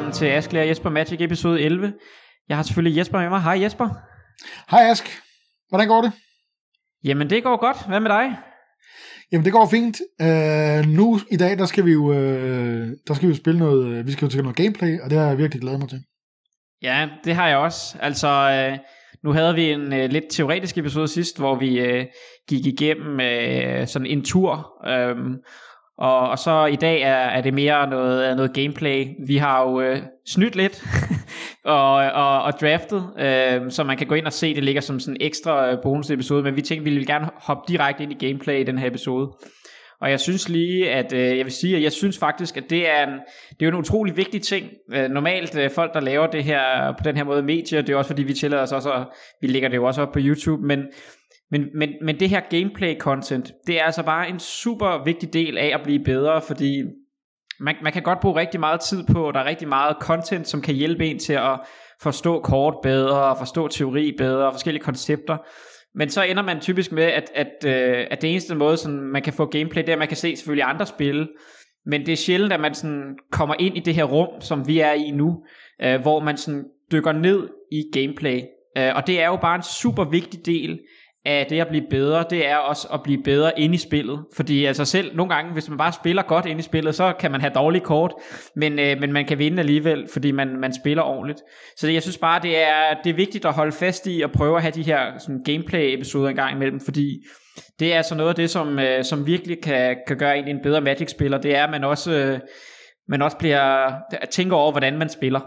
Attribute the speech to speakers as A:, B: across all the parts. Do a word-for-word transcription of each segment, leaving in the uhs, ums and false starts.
A: velkommen til Askelager og Jesper Magic episode elleve. Jeg har selvfølgelig Jesper med mig. Hej Jesper.
B: Hej Ask. Hvordan går det?
A: Jamen det går godt. Hvad med dig?
B: Jamen det går fint. Uh, nu i dag der skal vi jo uh, der skal vi jo spille noget. Vi skal jo til noget gameplay, og det har jeg virkelig glædet mig til.
A: Ja, det har jeg også. Altså øh, nu havde vi en øh, lidt teoretisk episode sidst, hvor vi øh, gik igennem øh, sådan en tur. Øh, Og, og så i dag er, er det mere noget, noget gameplay. Vi har jo øh, snydt lidt og, og, og draftet, øh, så man kan gå ind og se, det ligger som sådan en ekstra bonus episode, men vi tænkte, vi ville gerne hoppe direkte ind i gameplay i den her episode. Og jeg synes lige, at øh, jeg vil sige, at jeg synes faktisk, at det er en, det er jo en utrolig vigtig ting. Øh, normalt øh, folk, der laver det her på den her måde medier, det er også fordi, vi tillader os også, og vi lægger det jo også op på YouTube, men Men, men, men det her gameplay content, det er altså bare en super vigtig del af at blive bedre, fordi man, man kan godt bruge rigtig meget tid på, og der er rigtig meget content, som kan hjælpe en til at forstå kort bedre, forstå teori bedre, forskellige koncepter. Men så ender man typisk med, at, at, at det eneste måde, sådan, man kan få gameplay, det er, at man kan se selvfølgelig andre spille. Men det er sjældent, at man sådan kommer ind i det her rum, som vi er i nu, øh, hvor man sådan dykker ned i gameplay. Øh, og det er jo bare en super vigtig del af det at blive bedre, det er også at blive bedre inde i spillet, fordi altså selv nogle gange, hvis man bare spiller godt inde i spillet, så kan man have dårlige kort, men, øh, men man kan vinde alligevel, fordi man, man spiller ordentligt. Så det, jeg synes bare, det er, det er vigtigt at holde fast i og prøve at have de her sådan, gameplay-episoder en gang imellem, fordi det er altså noget af det, som, øh, som virkelig kan, kan gøre en en bedre Magic-spiller, det er, at man også, øh, man også bliver, tænker over, hvordan man spiller.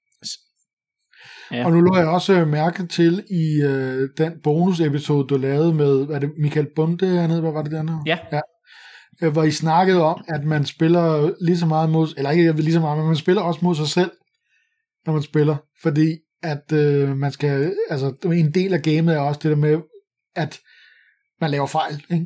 B: Ja. Og nu lå jeg også mærke til i øh, den bonus-episode, du lavede med, hvad er det, Michael Bunde hernede, hvad var det der?
A: Ja.
B: ja. Øh, hvor I snakkede om, at man spiller lige så meget mod, eller ikke lige så meget, men man spiller også mod sig selv, når man spiller. Fordi at øh, man skal, altså en del af gamet er også det der med, at man laver fejl, ikke?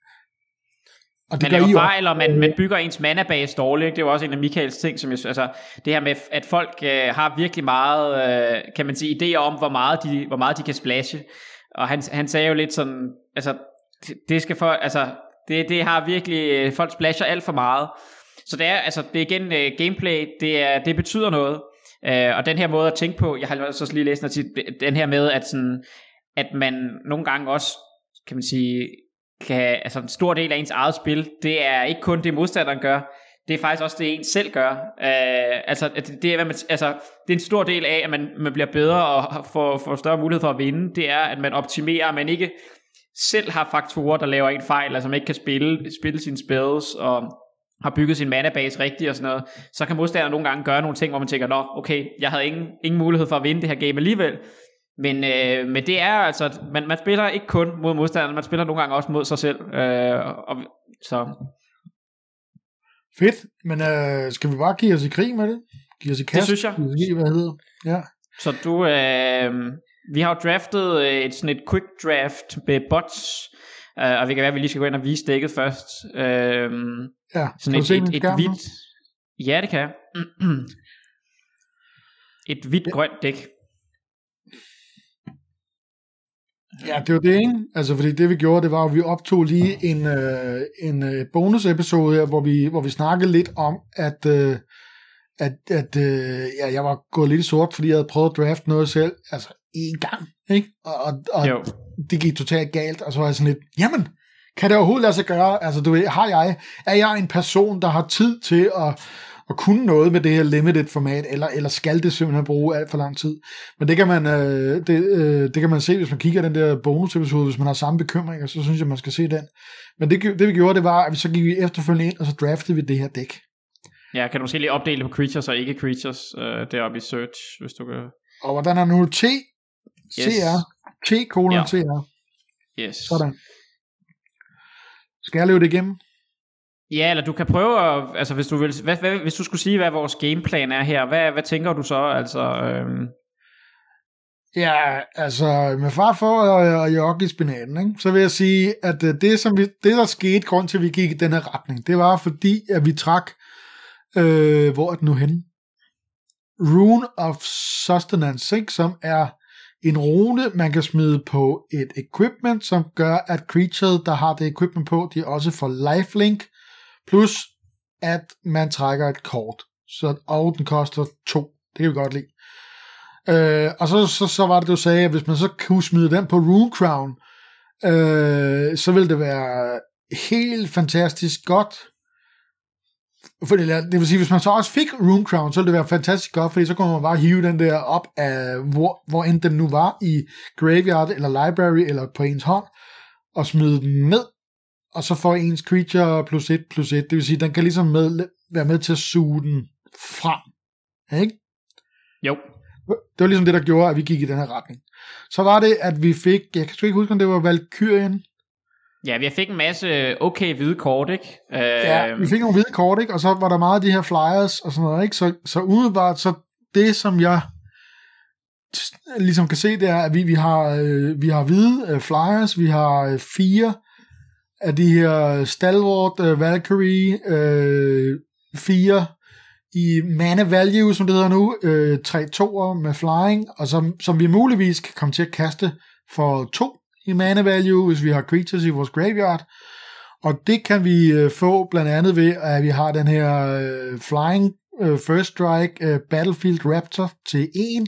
A: Og det man laver fejl, og man, man bygger ens manabase dårligt, ikke? Det er jo også en af Michaels ting, som jeg, altså det her med, at folk øh, har virkelig meget, øh, kan man sige, idéer om, hvor meget de, hvor meget de kan splashe. Og han, han sagde jo lidt sådan, altså det, det skal for, altså det, det har virkelig, folk splasher alt for meget. Så det er, altså det er igen øh, gameplay, det, er, det betyder noget. Øh, og den her måde at tænke på, jeg har så lige læst den her med, at sådan, at man nogle gange også, kan man sige, kan, altså en stor del af ens eget spil, det er ikke kun det modstanderen gør, det er faktisk også det en selv gør. Uh, altså det, det er hvad man, altså det er en stor del af, at man, man bliver bedre og får, får større mulighed for at vinde. Det er at man optimerer, at man ikke selv har faktorer der laver en fejl, altså man ikke kan spille spille sine spells og har bygget sin manabase rigtigt og sådan noget. Så kan modstanderen nogle gange gøre nogle ting, hvor man tænker, nå okay, jeg havde ingen ingen mulighed for at vinde det her game alligevel. Men, øh, men det er altså, man, man spiller ikke kun mod modstanderen, man spiller nogle gange også mod sig selv. Øh, og, så.
B: Fedt, men øh, skal vi bare give os i krig med det? Give os i kast?
A: Det synes jeg.
B: Give, hvad hedder? Ja.
A: Så du, øh, vi har jo draftet et, sådan et quick draft med bots, øh, og vi kan være, at vi lige skal gå ind og vise dækket først. Øh,
B: ja,
A: sådan et, et, et, et hvidt, ja det kan et hvidt grønt dæk.
B: Ja, det var det, ikke? Altså, fordi det vi gjorde, det var, at vi optog lige en, øh, en øh, bonusepisode her, hvor vi, hvor vi snakkede lidt om, at, øh, at, at øh, ja, jeg var gået lidt sort, fordi jeg havde prøvet at drafte noget selv, altså en gang, ikke? Og, og, og det gik totalt galt, og så var jeg sådan lidt, jamen, kan det overhovedet lade sig gøre? Altså, du ved, har jeg, er jeg en person, der har tid til at at kunne noget med det her limited format, eller, eller skal det simpelthen bruge alt for lang tid. Men det kan man, øh, det, øh, det kan man se, hvis man kigger den der bonusepisode, hvis man har samme bekymringer, så synes jeg, man skal se den. Men det, det vi gjorde, det var, at vi så gik vi efterfølgende ind, og så draftede vi det her dæk.
A: Ja, kan du måske lige opdele på creatures og ikke creatures, øh, deroppe i search, hvis du kan.
B: Og hvordan er nu T, C R, T kolon C R.
A: Yes.
B: Sådan. Skal jeg løbe det igennem?
A: Ja, eller du kan prøve at, altså hvis du vil, hvad, hvad, hvis du skulle sige, hvad vores gameplan er her, hvad, hvad tænker du så, altså? Øhm...
B: Ja, altså med far for at jogge i spinaten, ikke? Så vil jeg sige, at det, som vi, det der skete, grund til, at vi gik i den her retning, det var fordi, at vi trak, øh, hvor er det nu henne? Rune of Sustenance, ikke? Som er en rune, man kan smide på et equipment, som gør, at creatures, der har det equipment på, de også får lifelink, plus at man trækker et kort. så, og den koster to. Det kan vi godt lide. Øh, og så, så, så var det, du sagde, at hvis man så kunne smide den på Rune Crown, øh, så ville det være helt fantastisk godt. For det, det vil sige, hvis man så også fik Rune Crown, så ville det være fantastisk godt, fordi så kunne man bare hive den der op af, hvor, hvor end den nu var, i Graveyard, eller Library, eller på ens hånd, og smide den ned, og så får ens creature plus et, plus et. Det vil sige, den kan ligesom med, være med til at suge den frem. Ikke?
A: Jo.
B: Det var ligesom det, der gjorde, at vi gik i den her retning. Så var det, at vi fik, jeg kan sgu ikke huske, om det var Valkyrien.
A: Ja, vi fik en masse okay hvide kort, ikke? Øh...
B: Ja, vi fik nogle hvide kort, ikke? Og så var der meget af de her flyers og sådan noget, ikke? Så, så umiddelbart, så det, som jeg ligesom kan se, det er, at vi, vi har, øh, vi har hvide øh, flyers, vi har øh, fire af de her Stalwart, øh, Valkyrie, øh, fire i mana value, som det hedder nu, øh, tre toer med flying, og som, som vi muligvis kan komme til at kaste for to i mana value, hvis vi har creatures i vores graveyard. Og det kan vi øh, få blandt andet ved, at vi har den her øh, flying øh, first strike øh, Battlefield Raptor til en.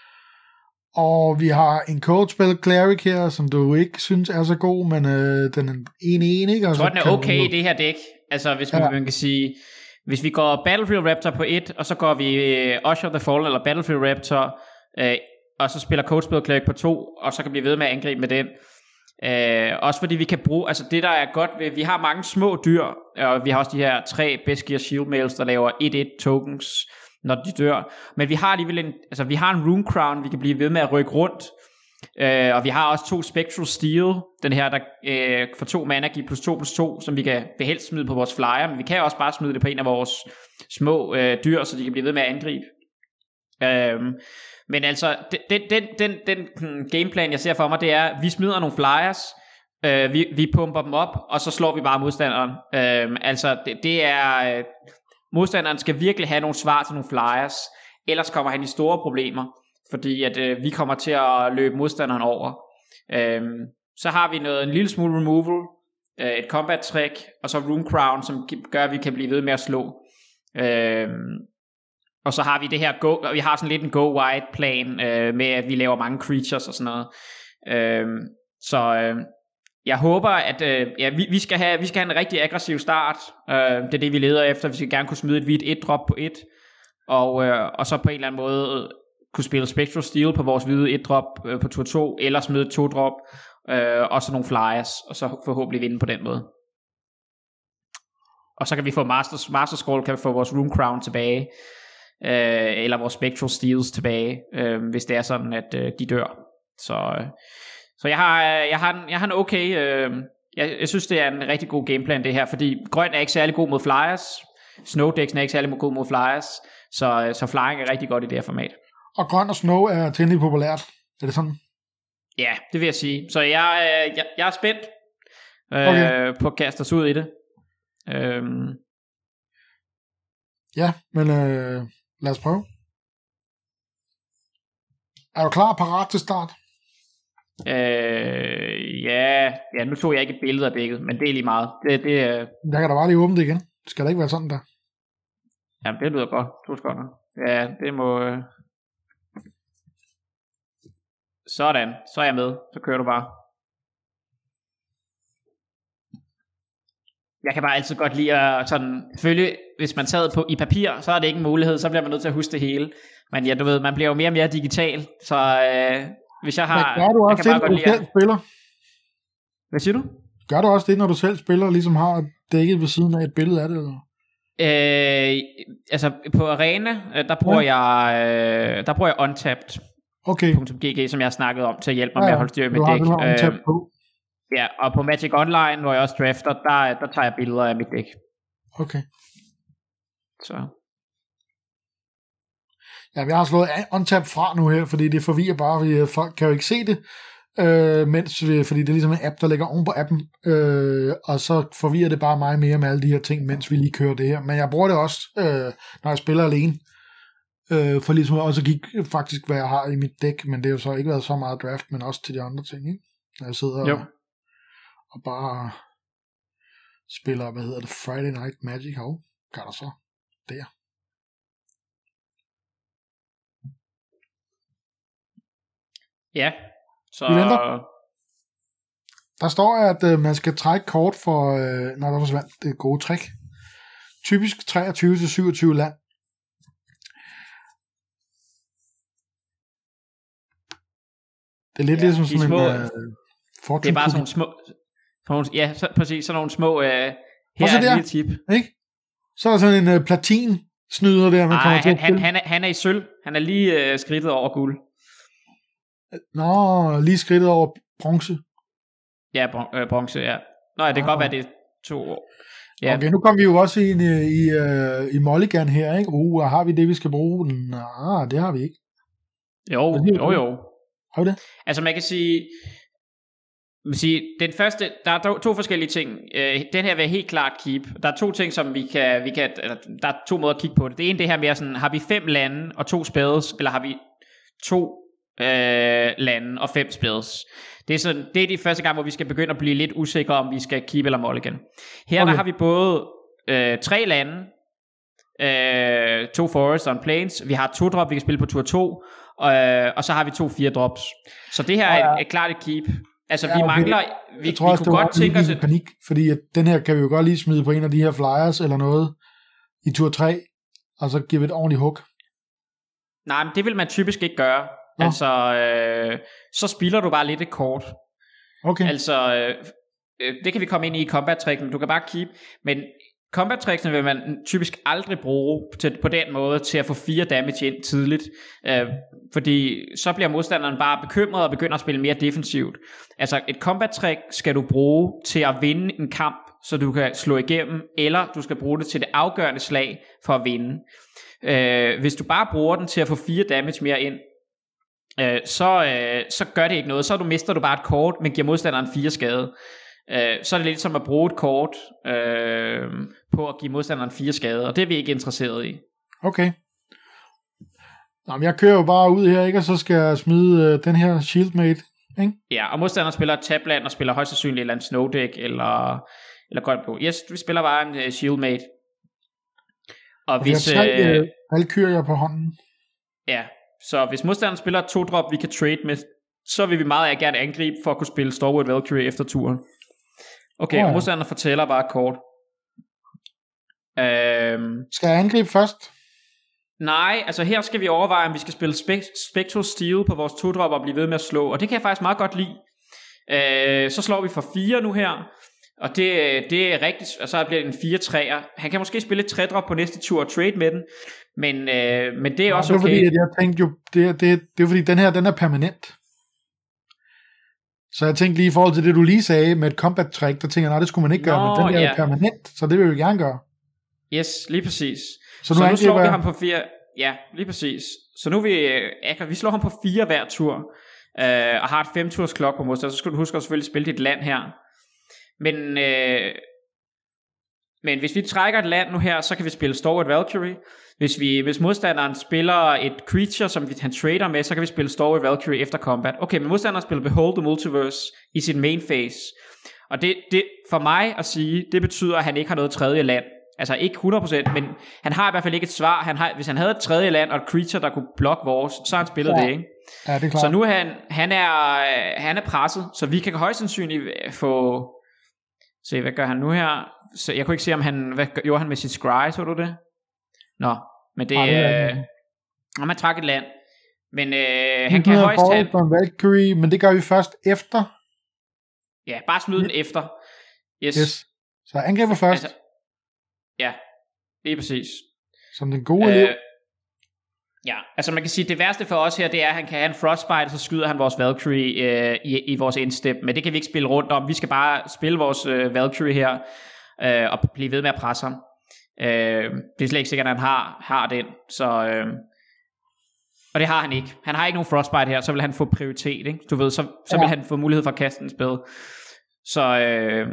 B: Og vi har en code spell Cleric her, som du ikke synes er så god, men øh, den er en en, ikke?
A: Jeg tror, den er okay i det her dæk. Altså, hvis man, ja. man kan sige, hvis vi går Battlefield Raptor på et, og så går vi uh, Usher the Fall eller Battlefield Raptor, uh, og så spiller Code Spell Cleric på to, og så kan vi blive ved med at angribe med den. Uh, også fordi vi kan bruge, altså det der er godt ved, vi har mange små dyr, og vi har også de her tre Beskir Shield Mails, der laver et et tokens, når de dør. Men vi har alligevel en, altså vi har en Rune Crown, vi kan blive ved med at rykke rundt. Uh, og vi har også to Spectral Steel, den her der uh, for to mana giver plus to plus to, som vi kan behelst smide på vores flyer, men vi kan også bare smide det på en af vores små uh, dyr, så de kan blive ved med at angribe. uh, Men altså den, den, den, den gameplan jeg ser for mig, det er at vi smider nogle flyers, uh, vi, vi pumper dem op, og så slår vi bare modstanderen. uh, Altså det, det er uh, modstanderen skal virkelig have nogle svar til nogle flyers, ellers kommer han i store problemer, fordi at øh, vi kommer til at løbe modstanderen over. Øhm, så har vi noget, en lille smule removal, øh, et combat trick, og så Rune Crown, som gør, at vi kan blive ved med at slå. Øhm, og så har vi det her go, vi har sådan lidt en go wide plan øh, med at vi laver mange creatures og sådan noget. Øhm, så øh, jeg håber at øh, ja, vi, vi skal have vi skal have en rigtig aggressiv start. Øh, det er det vi leder efter. Vi skal gerne kunne smide et hvidt et drop på et, og øh, og så på en eller anden måde kunne spille Spectral Steel på vores hvide et drop øh, på tur to, eller smide to drop, øh, og så nogle flyers, og så forhåbentlig vinde på den måde. Og så kan vi få Master, Master Scroll, kan vi få vores Rune Crown tilbage, øh, eller vores Spectral Steels tilbage, øh, hvis det er sådan, at øh, de dør. Så, øh, så jeg, har, jeg, har en, jeg har en okay, øh, jeg, jeg synes det er en rigtig god gameplan det her, fordi grøn er ikke særlig god mod flyers, Snowdexen er ikke særlig god mod flyers, så, så flying er rigtig godt i det her format.
B: Og grøn og snow er temmelig populært. Er det sådan?
A: Ja, det vil jeg sige. Så jeg, jeg, jeg er spændt øh, okay. på at kaste os ud i det. Øhm.
B: Ja, men øh, lad os prøve. Er du klar og parat til start?
A: Øh, ja, ja, nu tog jeg ikke et billede af dækket, men det er lige meget. Det, det, øh...
B: Der kan da bare lige åbne det igen. Skal det ikke være sådan der?
A: Jamen, det lyder godt. To sekunder. Ja, det må... Øh... Sådan, så er jeg med. Så kører du bare. Jeg kan bare altid godt lide at sådan, selvfølgelig, hvis man tager på i papir, så er det ikke en mulighed, så bliver man nødt til at huske det hele. Men ja, du ved, man bliver jo mere og mere digital, så øh, hvis jeg har...
B: Men gør du også det, når du selv spiller?
A: Hvad siger du?
B: Gør du også det, når du selv spiller, ligesom har dækket ved siden af et billede af det, eller?
A: Øh, altså på Arena, der bruger ja. jeg, øh, der bruger jeg Untapped.
B: Okay.
A: .gg, som jeg har snakket om, til at hjælpe mig ja, med at holde styr med dæk.
B: Øh,
A: ja, og på Magic Online, hvor jeg også drafter, der, der tager jeg billeder af mit dæk.
B: Okay.
A: Så.
B: Ja, vi har slået Untap fra nu her, fordi det forvirrer bare, fordi folk kan jo ikke se det, øh, mens vi, fordi det er ligesom en app, der ligger oven på appen, øh, og så forvirrer det bare mig mere med alle de her ting, mens vi lige kører det her. Men jeg bruger det også, øh, når jeg spiller alene. Øh, for ligesom også gik faktisk, hvad jeg har i mit dæk, men det har jo så ikke været så meget draft, men også til de andre ting, ikke? Når jeg sidder og, og bare spiller, hvad hedder det, Friday Night Magic, hov, gør der så der.
A: Ja, så...
B: Vi venter. Der står, at øh, man skal trække kort for... Øh, når der forsvandt det gode trick. Typisk treogtyve til syvogtyve land. Det er lidt ja, ligesom sådan små, en... Øh,
A: det er bare sådan nogle små... Nogle, ja, så, præcis. Sådan nogle små... Øh, her er et lille tip.
B: Ikke? Så er der sådan en øh, platin snyder der, man
A: Ej,
B: kommer
A: han,
B: til
A: han, han, er, han er i sølv. Han er lige øh, skridtet over guld.
B: Nå, lige skridtet over bronze.
A: Ja, bron- øh, bronze, ja. Nå, ja, det kan ah. godt være, det er to år. Ja.
B: Okay, nu kommer vi jo også ind i, i, i, i Mulligan her, ikke? Uh, har vi det, vi skal bruge? Nej, det har vi ikke.
A: Jo, jo, jo.
B: Har vi det?
A: Altså, man kan sige... Man kan sige, den første, der er to, to forskellige ting. Øh, den her vil helt klart keep. Der er to ting, som vi kan, vi kan eller, der er to måder at kigge på det. Det ene, det her mere sådan, har vi fem lande og to spades, eller har vi to øh, lande og fem spades? Det er, sådan, det er de første gang, hvor vi skal begynde at blive lidt usikre, om vi skal keep eller mulligan. Her okay. Der har vi både øh, tre lande, øh, to forests og en plains. Vi har to drop, vi kan spille på tur to, øh, og så har vi to fire drops. Så det her er ja. et, et klart et keep. Altså ja, vi okay. mangler, vi,
B: jeg tror
A: vi
B: også,
A: kunne godt tænke os...
B: en panik, fordi at den her kan vi jo godt lige smide på en af de her flyers eller noget i tur tre, og så give et ordentligt hook.
A: Nej, men det vil man typisk ikke gøre. Nå. Altså, øh, så spilder du bare lidt et kort.
B: Okay.
A: Altså, øh, det kan vi komme ind i i combat-tricken, du kan bare keep, men combat-tricksene vil man typisk aldrig bruge til, på den måde til at få fire damage ind tidligt, øh, fordi så bliver modstanderen bare bekymret og begynder at spille mere defensivt. Altså et combat-trick skal du bruge til at vinde en kamp, så du kan slå igennem, eller du skal bruge det til det afgørende slag for at vinde. Øh, hvis du bare bruger den til at få fire damage mere ind, øh, så, øh, så gør det ikke noget, så du mister du bare et kort, men giver modstanderen fire skade. Uh, så er det lidt som at bruge et kort uh, på at give modstanderen fire skade, og det er vi ikke interesseret i.
B: Okay. Nå, men jeg kører jo bare ud her, ikke? Og så skal jeg smide uh, den her Shieldmate, ikke?
A: Ja, og modstanderen spiller tabland og spiller højst sandsynligt et eller andet Snowdeck eller, eller godt på. Yes, vi spiller bare en uh, Shieldmate. Og, og hvis...
B: Vi har tre uh, valkyrier på hånden.
A: Ja, så hvis modstanderen spiller to drop, vi kan trade med, så vil vi meget gerne angribe for at kunne spille Stalwart Valkyrie efter turen. Okay, oh, ja. Og modstanderen fortæller bare kort. Øhm,
B: skal jeg angribe først?
A: Nej, altså her skal vi overveje, om vi skal spille Spe- Spectral Steel på vores to-drop og blive ved med at slå. Og det kan jeg faktisk meget godt lide. Øh, så slår vi for fire nu her. Og det, det er rigtigt, og så bliver det en fire treer. Han kan måske spille et tre-drop på næste tur og trade med den. Men, øh, men det er ja, også okay.
B: Det er fordi, at jeg tænkte jo, det, det, det er fordi, den her, den er permanent. Så jeg tænkte lige i forhold til det, du lige sagde med et combat trick, der tænker jeg, nej, det skulle man ikke gøre, Nå, men den er ja. jo permanent, så det vil vi gerne gøre.
A: Yes, lige præcis.
B: Så nu,
A: så nu slår
B: vi
A: ham på fire, ja, lige præcis. Så nu vi, ja, vi slår ham på fire hver tur, øh, og har et fem turs klok på modstand, så skal du huske at selvfølgelig spille dit land her. Men, øh, men hvis vi trækker et land nu her, så kan vi spille Stalwart Valkyrie. Hvis, vi, hvis modstanderen spiller et creature, som vi, han trader med, så kan vi spille Stalwart Valkyrie efter combat. Okay, men modstanderen spiller Behold the Multiverse i sin main phase. Og det, det for mig at sige, det betyder, at han ikke har noget tredje land. Altså ikke hundrede procent, men han har i hvert fald ikke et svar. Han har, hvis han havde et tredje land og et creature, der kunne blokke vores, så har han spillet ja. det, ikke?
B: Ja, det er klart.
A: Så nu er han, han, er, han er presset, så vi kan højst sandsynligt få... Se, hvad gør han nu her? Så jeg kunne ikke se, om han... Hvad gjorde han med sit scry, så du det? Nå, men det... Ja, øh, om han trak et land. Men øh, han kan højst have...
B: Valkyrie, men det gør vi først efter.
A: Ja, bare smid den efter. Yes.
B: yes. Så angriber først.
A: Altså, ja, det er præcis.
B: Som den gode elev. Øh,
A: ja, altså man kan sige, at det værste for os her, det er, at han kan have en frostbite, og så skyder han vores Valkyrie øh, i, i vores endstep. Men det kan vi ikke spille rundt om. Vi skal bare spille vores øh, Valkyrie her, øh, og blive ved med at presse ham. Øh, det er slet ikke sikkert, at han har, har den. Så, øh, og det har han ikke. Han har ikke nogen frostbite her, så vil han få prioritet. Ikke? Du ved, så, så vil ja. han få mulighed for at kaste en spil. Så øh,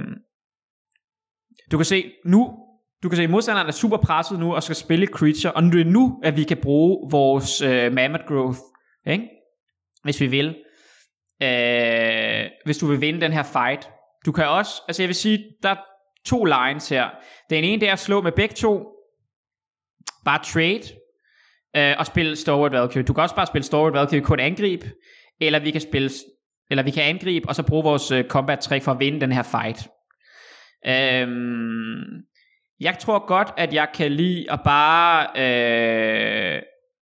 A: du kan se, nu... Du kan se, at modstanderen er super presset nu og skal spille et creature, og nu er det nu, at vi kan bruge vores øh, Mammoth Growth, ikke? Hvis vi vil. Øh, hvis du vil vinde den her fight. Du kan også, altså jeg vil sige, der er to lines her. Den ene, det er at slå med begge to, bare trade, øh, og spille Stalwart Valkyrie. Du kan også bare spille Stalwart Valkyrie kun angreb, eller vi kan spille, eller vi kan angribe, og så bruge vores uh, combat trick for at vinde den her fight. Øhm, jeg tror godt, at jeg kan lide at bare øh,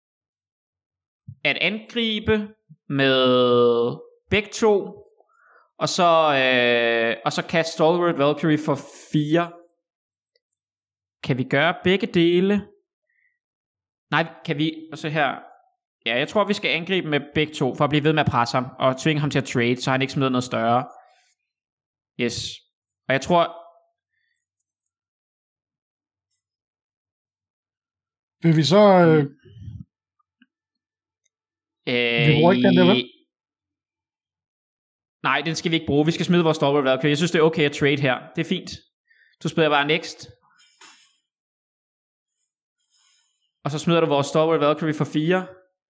A: at angribe med begge to, og så øh, og så kaste Stalwart Valkyrie for fire. Kan vi gøre begge dele? Nej, kan vi så her? Ja, jeg tror vi skal angribe med begge to for at blive ved med at presse ham og tvinge ham til at trade, så han ikke smider noget større. Yes. Og jeg tror
B: vil vi så øh,
A: øh,
B: vi bruger ikke den der, vel?
A: Nej, den skal vi ikke bruge. Vi skal smide vores Stalwart Valkyrie. Jeg synes det er okay at trade her. Det er fint. Du spiller bare next. Og så smider du vores Stalwart Valkyrie for fire.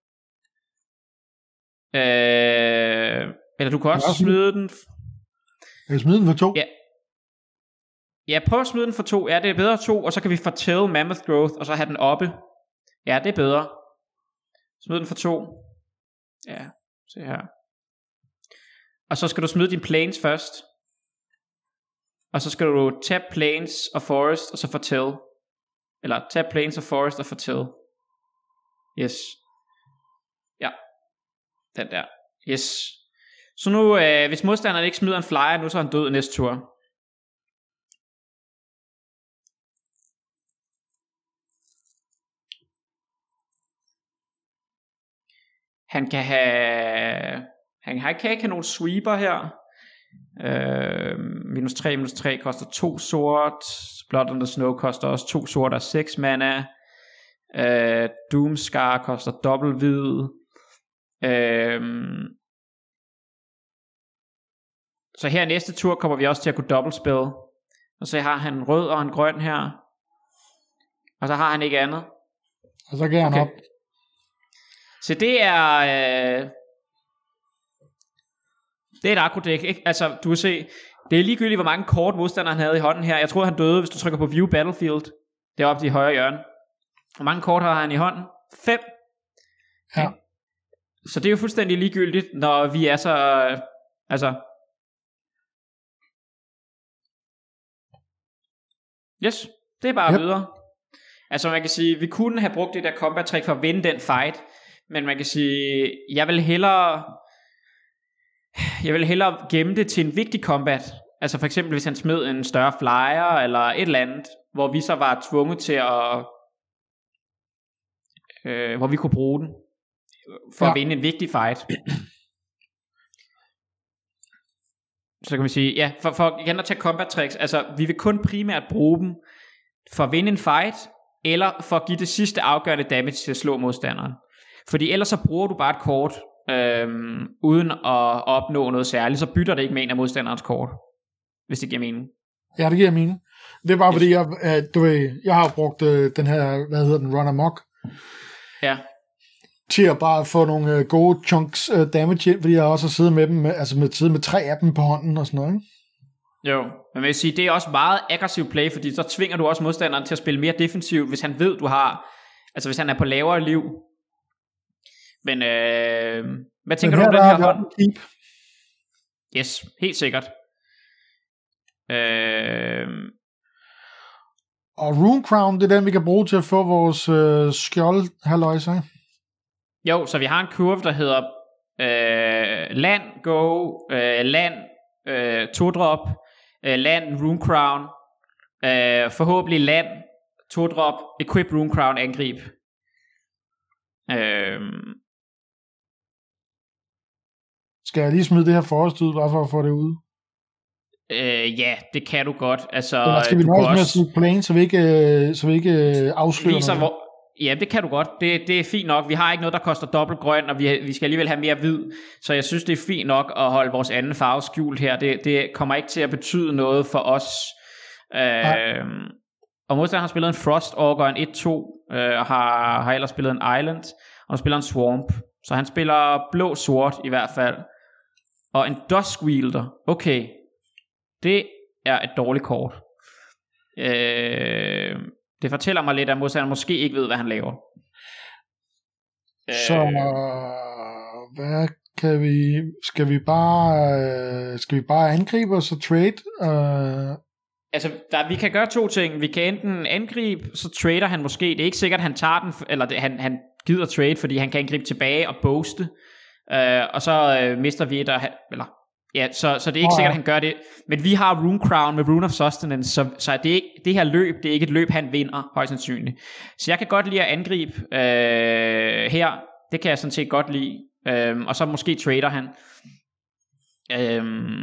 A: Øh, eller du kan også smide den.
B: Jeg kan smide den for to.
A: Ja. Ja, prøv at smide den for to. Ja, det er bedre to. Og så kan vi fortælle Mammoth Growth, og så have den oppe. Ja, det er bedre. Smid den for to. Ja, se her. Og så skal du smide din plains først. Og så skal du tab plains og forest, og så fortælle. Eller tab plains og forest og fortælle. Yes. Ja. Den der. Yes. Så nu, øh, hvis modstanderen ikke smider en flyer nu, så er han død næste tur. Han kan have... Han kan ikke have nogen sweeper her. Øh, minus tre, minus tre koster to sort. Blood on the Snow koster også to sort og seks mana. Øh, Doomscar koster dobbelt hvid. Øh, så her næste tur kommer vi også til at kunne dobbeltspil. Og så har han en rød og en grøn her. Og så har han ikke andet.
B: Og så giver han
A: okay.
B: op.
A: Så det er øh, det er et akrodæk, ikke? Altså du kan se, det er ligegyldigt hvor mange kort modstandere han havde i hånden her. Jeg tror han døde hvis du trykker på View Battlefield. Det er oppe i højre hjørne. Hvor mange kort har han i hånden? Fem.
B: Ja.
A: Okay. Så det er jo fuldstændig ligegyldigt når vi er så øh, altså yes, det er bare yep. videre. Altså man kan sige, vi kunne have brugt det der combat trick for at vinde den fight, men man kan sige, jeg vil hellere jeg vil hellere gemme det til en vigtig combat. Altså for eksempel hvis han smed en større flyer eller et eller andet, hvor vi så var tvunget til at øh, hvor vi kunne bruge den for ja. at vinde en vigtig fight. Så kan man sige, ja, for, for igen at tage combat tricks, altså vi vil kun primært bruge dem for at vinde en fight, eller for at give det sidste afgørende damage til at slå modstanderen. Fordi ellers så bruger du bare et kort, øhm, uden at opnå noget særligt, så bytter det ikke med en af modstanderens kort, hvis det giver mening.
B: Ja, det giver mening. Det er bare yes. fordi, jeg, øh, du ved, jeg har brugt øh, den her, hvad hedder den, Run Amok. Ja. Til at bare få nogle øh, gode chunks øh, damage ind, fordi jeg også har siddet med dem, med, altså med tid med tre af dem på hånden og sådan noget, ikke?
A: Jo, men jeg vil sige, det er også meget aggressiv play, fordi så tvinger du også modstanderen til at spille mere defensivt, hvis han ved, du har, altså hvis han er på lavere liv. Men øh, hvad tænker du om den her hånd? Yes, helt sikkert. Øh,
B: og Rune Crown, det er den, vi kan bruge til at få vores øh, skjold halløjse.
A: Jo, så vi har en kurve, der hedder øh, land, go, øh, land, øh, to-drop, øh, land, Rune Crown, øh, forhåbentlig land, to-drop, equip Rune Crown, angrib. Øh,
B: Skal jeg lige smide det her forrest ud, bare for at få det ude?
A: Øh, ja, det kan du godt. Altså,
B: eller skal vi nøjes med at sige plain, så vi ikke, så vi ikke afslører
A: viser, noget? Hvor, ja, det kan du godt. Det, det er fint nok. Vi har ikke noget, der koster dobbelt grøn, og vi, vi skal alligevel have mere hvid. Så jeg synes, det er fint nok at holde vores anden farve skjult her. Det, det kommer ikke til at betyde noget for os. Øh, og modstanderen har spillet en Frost Augur, en et to, øh, og har, har ellers spillet en Island, og han spiller en Swamp. Så han spiller blå-sort i hvert fald. Og en Dusk Wielder. Okay. Det er et dårligt kort. Øh, det fortæller mig lidt, at modstanderen måske ikke ved, hvad han laver.
B: Så hvad kan vi, skal vi bare, øh, skal vi bare angribe og så trade? Øh...
A: Altså, der, vi kan gøre to ting. Vi kan enten angribe, så trader han måske. Det er ikke sikkert, at han tager den, eller det, han, han gider trade, fordi han kan angribe tilbage og booste. Øh, og så øh, mister vi et, eller ja, så, så det er ikke oh, sikkert, at han gør det. Men vi har Rune Crown med Rune of Sustenance, så, så det, er ikke, det her løb, det er ikke et løb, han vinder, højst sandsynligt. Så jeg kan godt lide at angribe øh, her. Det kan jeg sådan set godt lide. Øh, og så måske trader han. Øh,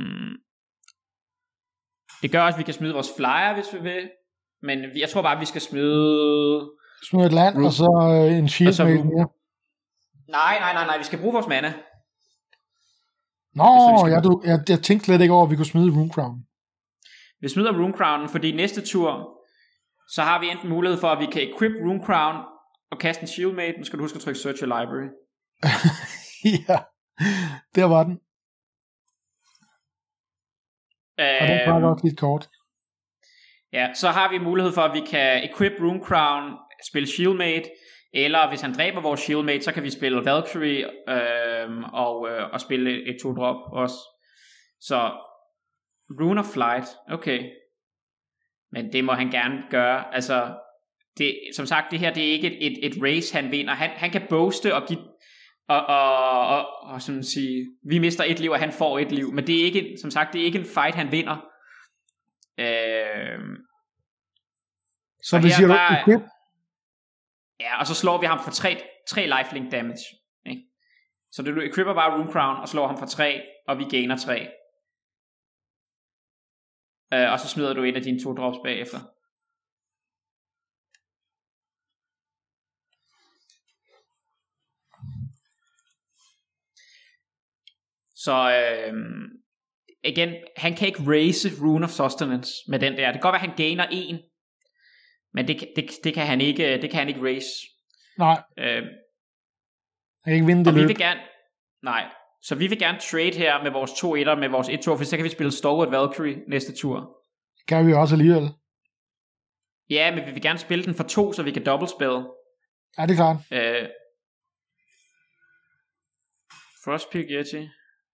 A: det gør også, at vi kan smide vores flyer, hvis vi vil. Men jeg tror bare, at vi skal smide...
B: Smide et land, Rune. Og så øh, en shield med mere.
A: Nej, nej, nej, nej, vi skal bruge vores mana.
B: Nå, jeg, du, jeg, jeg tænkte slet ikke over, at vi kunne smide Rune Crown.
A: Vi smider Rune Crown, fordi næste tur, så har vi enten mulighed for, at vi kan equip Rune Crown og kaste en Shieldmate. Nu skal du huske at trykke Search Your Library.
B: Ja, der var den.
A: Øh,
B: og den pakker også lidt kort.
A: Ja, så har vi mulighed for, at vi kan equip Rune Crown, spille Shieldmate, eller hvis han dræber vores Shieldmate, så kan vi spille Valkyrie øh, og, øh, og spille et to-drop også. Så Rune of Flight, okay. Men det må han gerne gøre. Altså, det, som sagt, det her det er ikke et, et, et race, han vinder. Han, han kan boaste og give... Og, og, og, og sådan sige, vi mister et liv, og han får et liv. Men det er ikke, som sagt, det er ikke en fight, han vinder. Øh,
B: så vi siger
A: bare,
B: du equip?
A: Ja, og så slår vi ham for tre, tre lifelink damage. Ikke? Så du equipper bare Rune Crown og slår ham for tre, og vi gainer tre. Øh, og så smider du en af dine to drops bagefter. Så øh, igen, han kan ikke raise Rune of Sustenance med den der. Det kan godt være, at han gainer en, men det, det, det kan han ikke, det kan han ikke raise.
B: Nej.
A: Øh,
B: han kan ikke vinde det
A: og
B: løb.
A: Vi vil gerne, nej. Så vi vil gerne trade her med vores to etter, med vores et to, for så kan vi spille Stalwart Valkyrie næste tur.
B: Kan vi også alligevel.
A: Ja, men vi vil gerne spille den for to, så vi kan dobbeltspille.
B: Ja, det er klart.
A: Øh, Frostpeak Yeti.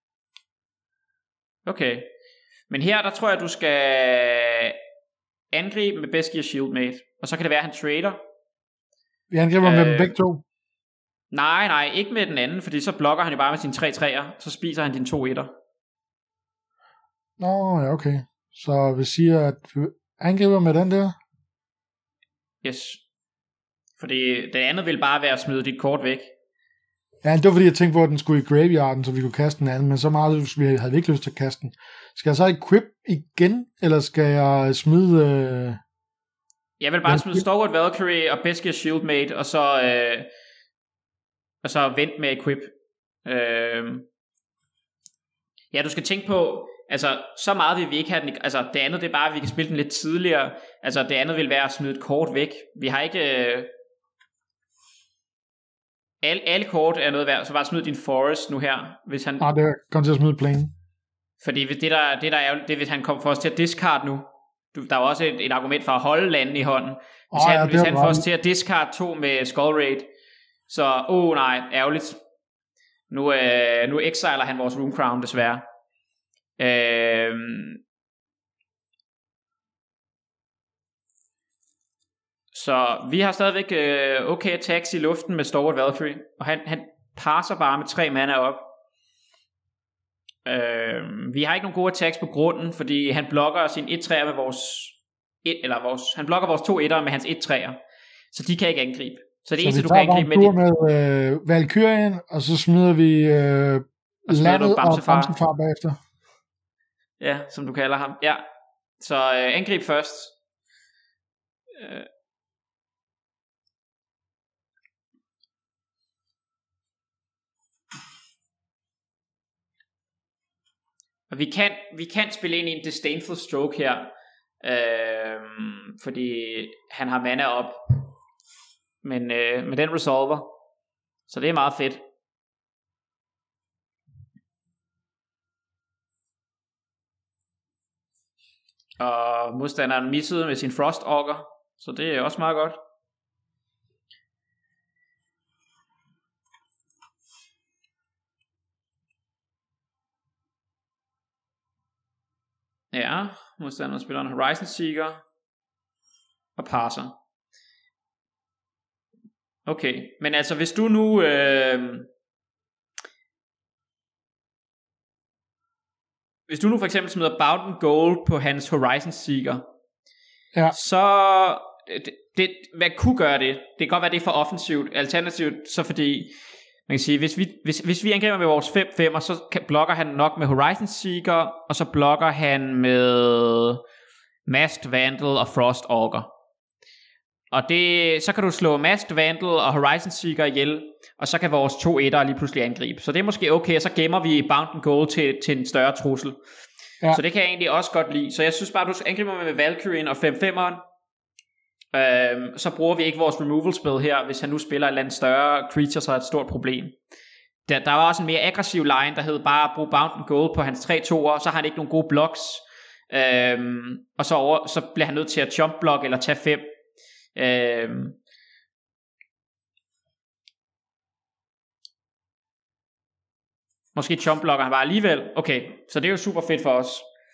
A: Okay. Men her, der tror jeg, du skal angribe med Beskir Shieldmate. Og så kan det være, at han trader.
B: Vi angriber øh, med dem begge to.
A: Nej, nej, ikke med den anden, fordi så blokker han jo bare med sine tre træer. Så spiser han dine to etter.
B: Nå, ja, okay. Så vi siger, at vi angriber med den der?
A: Yes. Fordi det andet vil bare være at smide dit kort væk.
B: Ja, det var fordi, jeg tænkte på, at den skulle i graveyarden, så vi kunne kaste den anden, men så meget, vi havde ikke lyst til at kaste den. Skal jeg så equip igen, eller skal jeg smide... Øh...
A: Jeg vil bare smide Stalwart Valkyrie og Beskir Shieldmate, og så, øh, og så vent med equip. Øh... Ja, du skal tænke på, altså, så meget vil vi ikke have den, altså, det andet det er bare, at vi kan spille den lidt tidligere. Altså, det andet vil være at smide et kort væk. Vi har ikke... Øh... Alle, alle kort er noget værd, så bare smid din Forest nu her, hvis han...
B: Nej, det kommer til at smide plane.
A: Fordi hvis det der, det der er, det hvis han kommer for os til at discard nu, du, der er jo også et, et argument for at holde landen i hånden. Hvis
B: oh,
A: han,
B: ja,
A: hvis han får os til at discard to med Skull Raid, så, åh oh, nej, ærgerligt. Nu, øh, nu exiler han vores Rune Crown desværre. Øh, Så vi har stadigvæk øh, okay attacks i luften med Stalwart Valkyrie, og han, han passer bare med tre mana op. Øh, vi har ikke nogen gode attacks på grunden, fordi han blokker sin et træer med vores et, eller vores, han blokker vores to etter med hans et træer, så de kan ikke angribe. Så det eneste du kan angribe med det
B: med øh, Valkyrien, og så smider vi øh, og landet og Bamsefar bagefter.
A: Ja, som du kalder ham. Ja. Så øh, angrib først. Øh. Og vi kan, vi kan spille ind i en Disdainful Stroke her, øh, fordi han har mana op, men øh, med den resolver, så det er meget fedt. Og modstanderen missede med sin Frost Augur, så det er også meget godt. Ja, modstanderen spiller en Horizon Seeker og passer. Okay, men altså hvis du nu øh, hvis du nu for eksempel smider Bound and Gold på hans Horizon Seeker,
B: ja.
A: så det, det, hvad kunne gøre det? Det kan godt være, det er for offensivt. Alternativt, så fordi man kan sige, hvis vi, hvis, hvis vi angriber med vores fem femmer, så kan, blokker han nok med Horizon Seeker, og så blokker han med Masked Vandal og Frost Augur. Og det, så kan du slå Masked Vandal og Horizon Seeker ihjel, og så kan vores to etter lige pludselig angribe. Så det er måske okay, og så gemmer vi Bound and Gold til, til en større trussel. Ja. Så det kan jeg egentlig også godt lide. Så jeg synes bare, du angriber med Valkyrien og fem femmeren. Øhm, så bruger vi ikke vores removal spell her, hvis han nu spiller et eller andet større creature, så er et stort problem. Der, der var også en mere aggressiv line, der hed bare at bruge Bound and Gold på hans tre toer, så har han ikke nogen gode blocks. Øhm, og så, over, så bliver han nødt til at jump block eller tage fem. Øhm, Måske jump blocker han bare alligevel. Okay, så det er jo super fedt for os.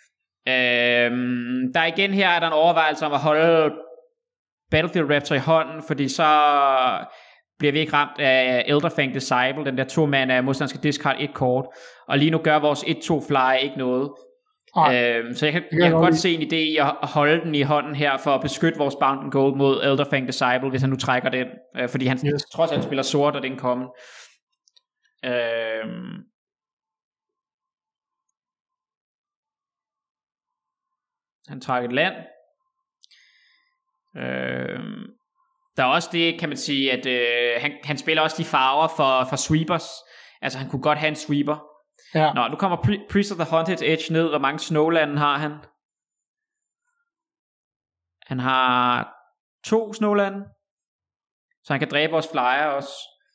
A: Øhm, der igen her er der en overvejelse om at holde Battlefield Raptor i hånden, fordi så bliver vi ikke ramt af Elderfang Disciple, den der to mana modstander skal discard et kort, og lige nu gør vores et to fly ikke noget. Øhm, så jeg kan, jeg kan godt se en idé i at holde den i hånden her, for at beskytte vores Bound and Gold mod Elderfang Disciple, hvis han nu trækker den, øh, fordi han yes. trods alt spiller sort, og den kommer. Øhm, han trækker et land. Øhm, der er også det, kan man sige, at øh, han, han spiller også de farver for, for sweepers. Altså han kunne godt have en sweeper. Ja. Nå, nu kommer Pri- Priest of the Haunted Edge ned. Hvor mange snowlande har han? Han har to snowlande, så han kan dræbe vores flyer også.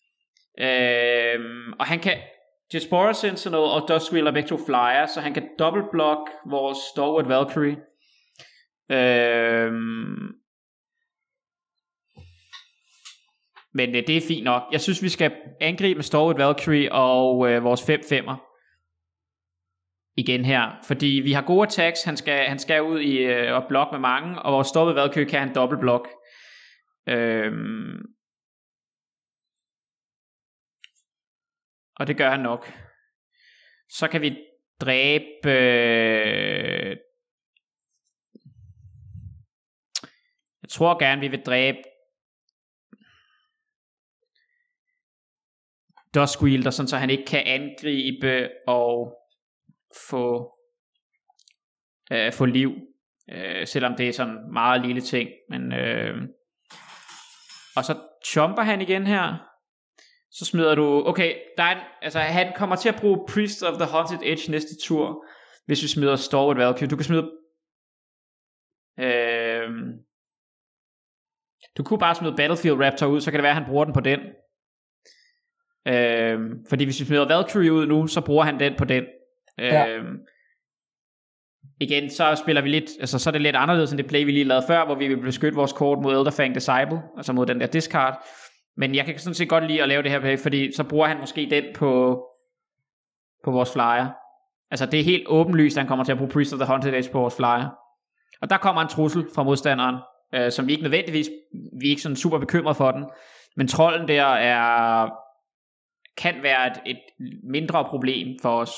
A: Øhm, og han kan Diaspora Sentinel og Duskwheeler begge to flyer, så han kan double block vores Stalwart Valkyrie. Øhm, men det, det er fint nok. Jeg synes vi skal angribe med Stalwart Valkyrie og øh, vores fem femmer igen her, fordi vi har gode attacks. Han skal, han skal ud i øh, og blokke med mange, og vores Stalwart Valkyrie kan han double block. øhm, og det gør han nok. Så kan vi dræbe øh, jeg tror gerne vi vil dræbe Duskwheeler, sådan så han ikke kan angribe og få øh, få liv, øh, selvom det er sådan en meget lille ting. Men øh, og så jumper han igen her. Så smider du, okay, der er en, altså han kommer til at bruge Priest of the Haunted Edge næste tur, hvis vi smider Stalwart Valkyrie. Du kan smide øh, du kunne bare smide Battlefield Raptor ud, så kan det være at han bruger den på den. Øh, fordi hvis vi smider Valkyrie ud nu, så bruger han den på den. Ja. Øh, igen, så spiller vi lidt, altså så er det lidt anderledes end det play vi lige lavede før, hvor vi vil beskytte vores kort mod Elderfang Disciple, altså mod den der discard. Men jeg kan sådan set godt lide at lave det her play, fordi så bruger han måske den på på vores flyer. Altså det er helt åbenlyst, at han kommer til at bruge Priest of the Haunted Edge på vores flyer. Og der kommer en trussel fra modstanderen, øh, som vi ikke nødvendigvis, vi er ikke sådan super bekymret for den, men trolden der er kan være et, et mindre problem for os.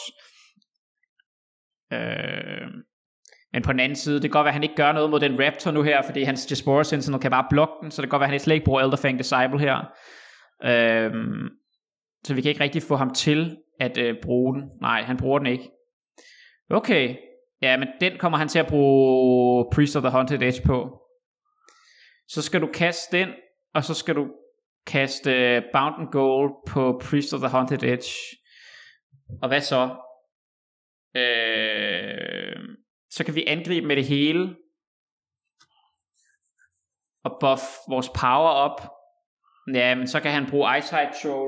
A: Øh, men på den anden side, det kan godt være, at han ikke gør noget mod den Raptor nu her, fordi hans Diaspora Sentinel kan bare blokke den, så det kan godt være, at han slet ikke bruger Elderfang Disciple her. Øh, så vi kan ikke rigtig få ham til at øh, bruge den. Nej, han bruger den ikke. Okay, ja, men den kommer han til at bruge Priest of the Haunted Edge på. Så skal du kaste den, og så skal du kaste uh, Bound and Gold på Priest of the Haunted Edge. Og hvad så? Øh, så kan vi angribe med det hele og buff vores power op. Ja, men så kan han bruge Eyesight Troll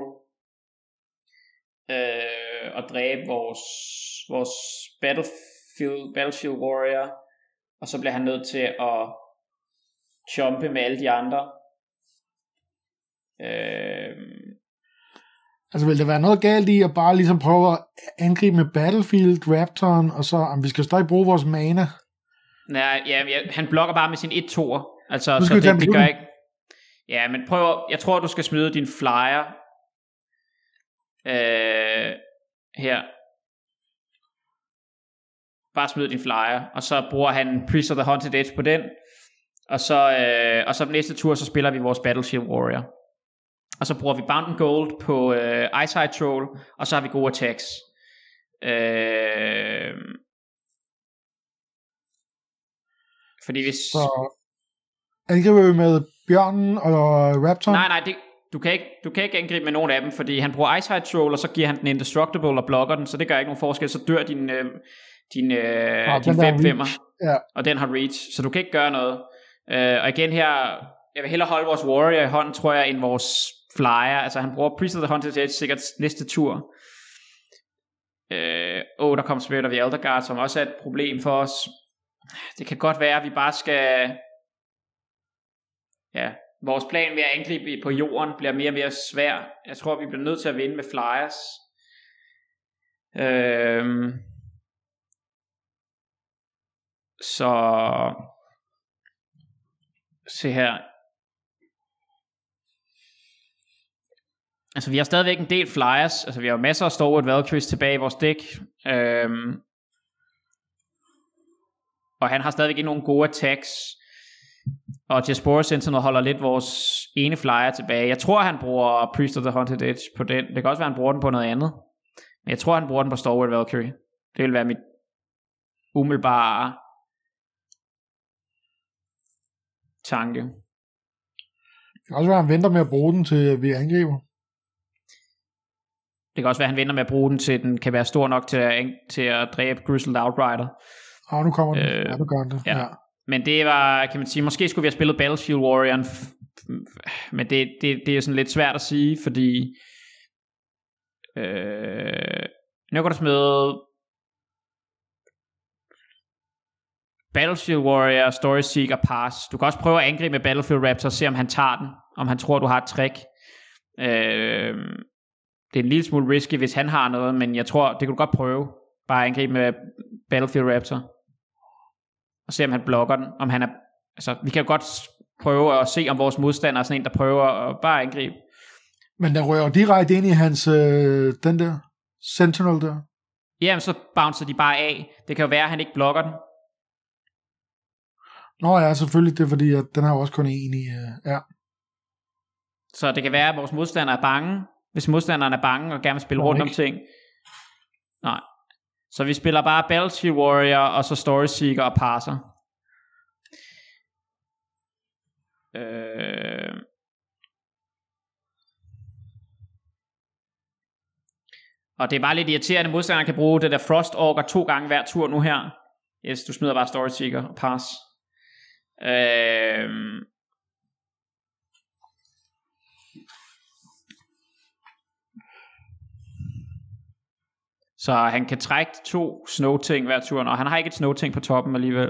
A: øh, og dræbe vores vores Battlefield Battlefield Warrior, og så bliver han nødt til at jumpe med alle de andre. Øh,
B: Altså vil der være noget galt i at bare ligesom prøve at angribe med Battlefield, Raptoren, og så, om vi skal stadig bruge vores mana?
A: Nej, ja, ja, han blokker bare med sin et toer. Altså,
B: Nu
A: så
B: skal vi tage
A: det,
B: en
A: det gør
B: beslutning.
A: ikke. Ja, men prøv, jeg tror, du skal smide din flyer. Øh, her. Bare smid din flyer, og så bruger han Priest of the Haunted Edge på den. Og så, øh, og så næste tur, så spiller vi vores Battleshield Warrior. Og så bruger vi Bound and Gold på øh, Eyesight Troll, og så har vi gode attacks. Øh, fordi hvis...
B: Så angriber vi med bjørnen og Raptor?
A: Nej, nej, det, du, kan ikke, du kan ikke angribe med nogen af dem, fordi han bruger Eyesight Troll, og så giver han den Indestructible og blokker den, så det gør ikke nogen forskel, så dør din, øh, din, øh,
B: ah,
A: din fem femmer,
B: ja.
A: og den har reach, så du kan ikke gøre noget. Øh, og igen her, jeg vil hellere holde vores Warrior i hånden, tror jeg, end vores Flyer. Altså han bruger Priest of the Haunted Edge sikkert næste tur. Øh, oh, der kom Spirit of the Elder Guard, som også er et problem for os. Det kan godt være, at vi bare skal... Ja, vores plan ved at angribe på jorden bliver mere og mere svær. Jeg tror, vi bliver nødt til at vinde med Flyers. Øh, så... Se her. Altså vi har stadigvæk en del Flyers. Altså vi har jo masser af Stalwart Valkyries tilbage i vores dæk. Øhm, og han har stadigvæk ikke nogen gode attacks. Og Jaspora Sentinel holder lidt vores ene Flyer tilbage. Jeg tror han bruger Priest of the Haunted Edge på den. Det kan også være han bruger den på noget andet. Men jeg tror han bruger den på Stalwart Valkyrie. Det vil være mit umiddelbare tanke.
B: Det kan også være, at han venter med at bruge den, til vi angriber.
A: Det kan også være, at han venter med at bruge den, til den kan være stor nok til at, til at dræbe Grizzled Outrider.
B: Ah, nu kommer den.
A: Øh,
B: ja, nu gør den det.
A: Ja.
B: Ja.
A: Men det var, kan man sige, måske skulle vi have spillet Battleshield Warrior, men det, det, det er sådan lidt svært at sige, fordi øh, nu kan du smide Battleshield Warrior, Story Seeker, Pass. Du kan også prøve at angribe med Battlefield Raptor og se om han tager den, om han tror du har et trick. øh, Det er en lille smule risky hvis han har noget, men jeg tror det kan du godt prøve. Bare at angribe med Battlefield Raptor og se om han blokker den, om han er, altså vi kan jo godt prøve at se om vores modstander er sådan en der prøver at bare angribe.
B: Men der rører direkte ind i hans øh, den der Sentinel der.
A: Jamen så bouncer de bare af. Det kan jo være at han ikke blokker den.
B: Nå ja, selvfølgelig, det er fordi at den har jo også kun en i øh, ja.
A: Så det kan være at vores modstander er bange. Hvis modstanderen er bange og gerne vil spille
B: Nå,
A: rundt
B: ikke.
A: om ting. Nej. Så vi spiller bare Battleshield Warrior og så Story Seeker og Passer. Øh... Og det er bare lidt irriterende, at modstanderen kan bruge det der Frost Auger to gange hver tur nu her. Yes, du smider bare Story Seeker og Pass. Øh... Så han kan trække to snow-ting hver tur, og han har ikke et snow-ting på toppen alligevel.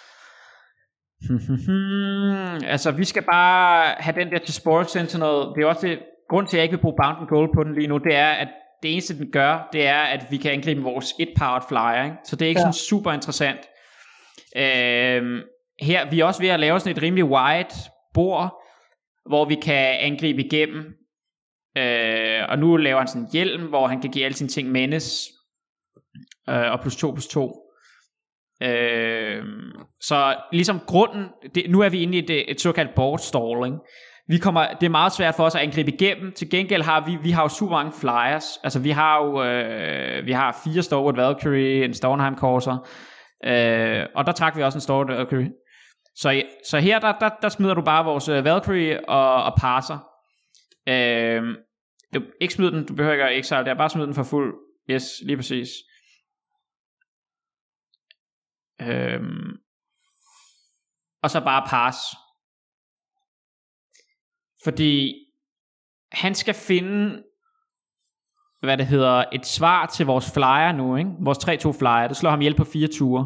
A: Altså, vi skal bare have den der til Sport Sentinel. Det er også det, grund til, at jeg ikke vil bruge Bound and Gold på den lige nu, det er, at det eneste, den gør, det er, at vi kan angribe vores et-powered flyer, ikke? Så det er ikke ja. sådan super interessant. Øhm, her, vi er også ved at lave sådan et rimelig wide bord, hvor vi kan angribe igennem. Øh, og nu laver han sådan en hjelm, hvor han kan give alle sine ting menace, øh, og plus to plus to. Øh, så ligesom grunden, det, nu er vi inde i et, et såkaldt board stalling. Vi kommer, det er meget svært for os at angribe igennem. Til gengæld har vi, vi har jo super mange flyers. Altså vi har jo, øh, vi har fire Stalwart Valkyrie, en Stornheim Corsair, øh, og der trækker vi også en Stalwart Valkyrie. Så, så her der, der, der smider du bare vores Valkyrie og, og Passer. Øh, du, ikke smid den, du behøver ikke at exile, det er bare smid den for fuld. Yes, lige præcis. Øh, og så bare pass. Fordi han skal finde, hvad det hedder, et svar til vores flyer nu, ikke? Vores tre to flyer, det slår ham ihjel på fire ture.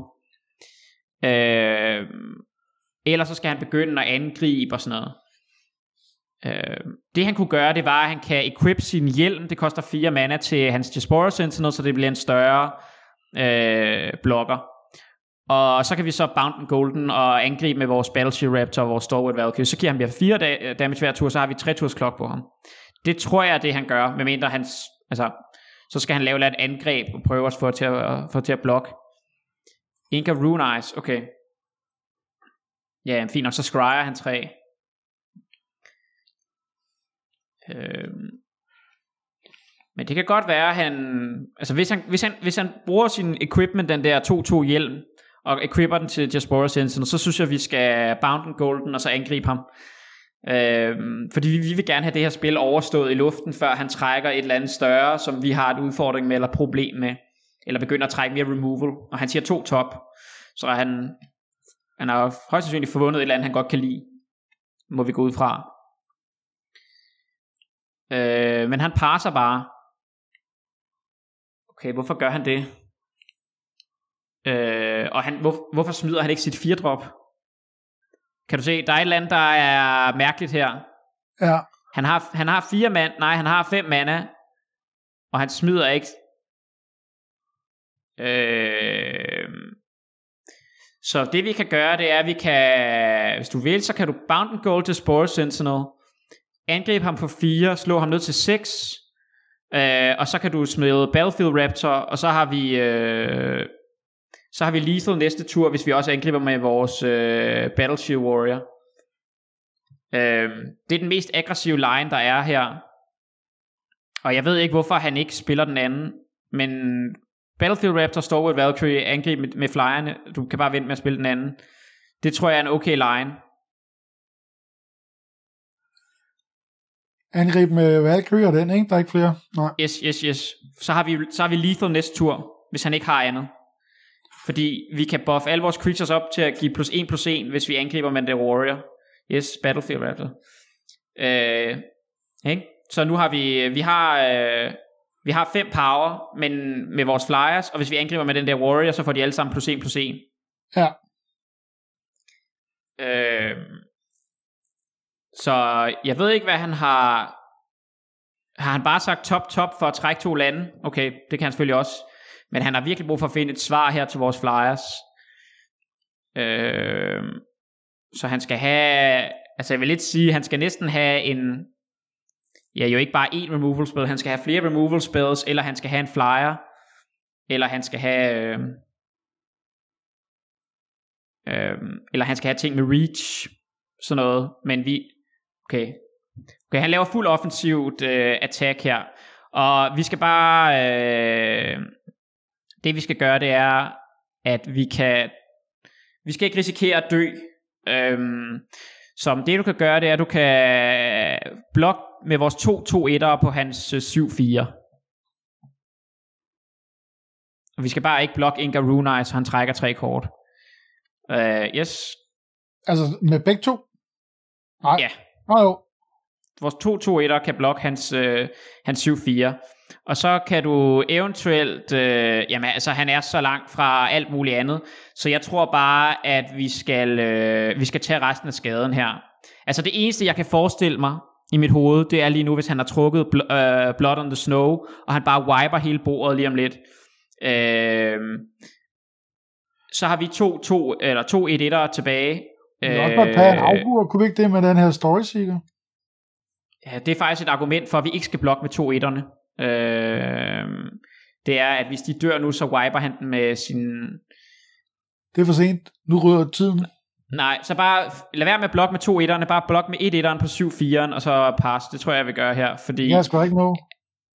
A: Øh, ellers så skal han begynde at angribe og sådan noget. Øh, det han kunne gøre, det var, at han kan equip sin hjelm. Det koster fire mana til hans Diaspora Sentinel, så det bliver en større øh, blokker. Og så kan vi så bounce den golden og angribe med vores Battleship Raptor og vores Stalwart Valkyrie. Så giver han bare fire da- damage hver tur, så har vi tre turs klok på ham. Det tror jeg er det han gør, medmindre hans, altså, så skal han lave et angreb og prøve at få til at, få til at blokke. Inca Rune Eyes, okay. Ja, fint nok, så scryer han tre. Øhm. Men det kan godt være, at han, altså hvis han, hvis han, hvis han bruger sin equipment, den der to to hjelm, og equipper den til Diaspora Sentinel, så synes jeg, vi skal bounce den golden, og så angribe ham. Øhm, fordi vi, vi vil gerne have det her spil overstået i luften, før han trækker et eller andet større, som vi har et udfordring med, eller problem med, eller begynder at trække mere removal, og han siger to top, så han, han har højst sandsynligt forvundet et eller andet, han godt kan lide, må vi gå ud fra. Øh, men han passer bare. Okay, hvorfor gør han det? Øh, og han, hvor, hvorfor smider han ikke sit fire drop? Kan du se, der er et eller andet, der er mærkeligt her.
B: Ja.
A: Han har, han har fire man, nej, han har fem mana, og han smider ikke. Øh, så det vi kan gøre, det er, at vi kan, hvis du vil, så kan du bounce en gold til Spore Sentinel, angribe ham for fire, slå ham ned til seks, øh, og så kan du smide Battlefield Raptor, og så har vi øh, så har vi lethal næste tur, hvis vi også angriber med vores øh, Battleship Warrior. øh, Det er den mest aggressive line, der er her, og jeg ved ikke, hvorfor han ikke spiller den anden, men Battlefield Raptor, Stalwart Valkyrie, angrib med, med flyerne, du kan bare vente med at spille den anden. Det tror jeg er en okay line.
B: Angreb med Valkyrie og den, ikke? Der er ikke flere. Nej.
A: Yes, yes, yes. Så har vi, så har vi lethal næste tur, hvis han ikke har andet. Fordi vi kan buffe alle vores creatures op til at give plus en plus en, hvis vi angriber med The Warrior. Yes, Battlefield Raptor. Øh, ikke? Så nu har vi, vi har, øh, vi har fem power, men med vores flyers, og hvis vi angriber med den der Warrior, så får de alle sammen plus en plus en.
B: Ja.
A: Øh, så jeg ved ikke, hvad han har. Har han bare sagt top top for at trække to lande? Okay, det kan han selvfølgelig også. Men han har virkelig brug for at finde et svar her til vores flyers. Øh, så han skal have, altså jeg vil lidt sige, han skal næsten have en, ja jo ikke bare én removal spell, han skal have flere removal spells, eller han skal have en flyer, eller han skal have, øh, øh, eller han skal have ting med reach, sådan noget. Men vi, okay, okay han laver fuld offensivt øh, attack her, og vi skal bare, øh, det vi skal gøre, det er, at vi kan, vi skal ikke risikere at dø. Øhm, så det du kan gøre, det er, at du kan blokke med vores to to etter på hans øh, syv fire. Og vi skal bare ikke blokke Inca Rune Eyes, så han trækker tre kort. Uh, yes.
B: Altså med begge to? Nej.
A: Ja.
B: Nej jo.
A: Vores to to etter kan blokke hans, øh, hans syv fire. Og så kan du eventuelt, øh, jamen altså han er så langt fra alt muligt andet, så jeg tror bare, at vi skal, øh, vi skal tage resten af skaden her. Altså det eneste, jeg kan forestille mig i mit hoved, det er lige nu, hvis han har trukket bl- øh, Blood on the Snow, og han bare wiper hele bordet lige om lidt. Øh, så har vi to to eller to et etter tilbage.
B: Vi kan også bare tage en afgur, kunne vi ikke det med den her Story Seeker?
A: Ja, det er faktisk et argument for, at vi ikke skal blokke med to etterne. Øh, det er, at hvis de dør nu, så wiper han den med sin...
B: Det er for sent. Nu rører tiden.
A: Nej, så bare lad være med at blokke med to etterne. Bare blok med et etteren på syv fireren, og så pass. Det tror jeg, jeg vil gøre her, fordi...
B: Jeg skal ikke nå.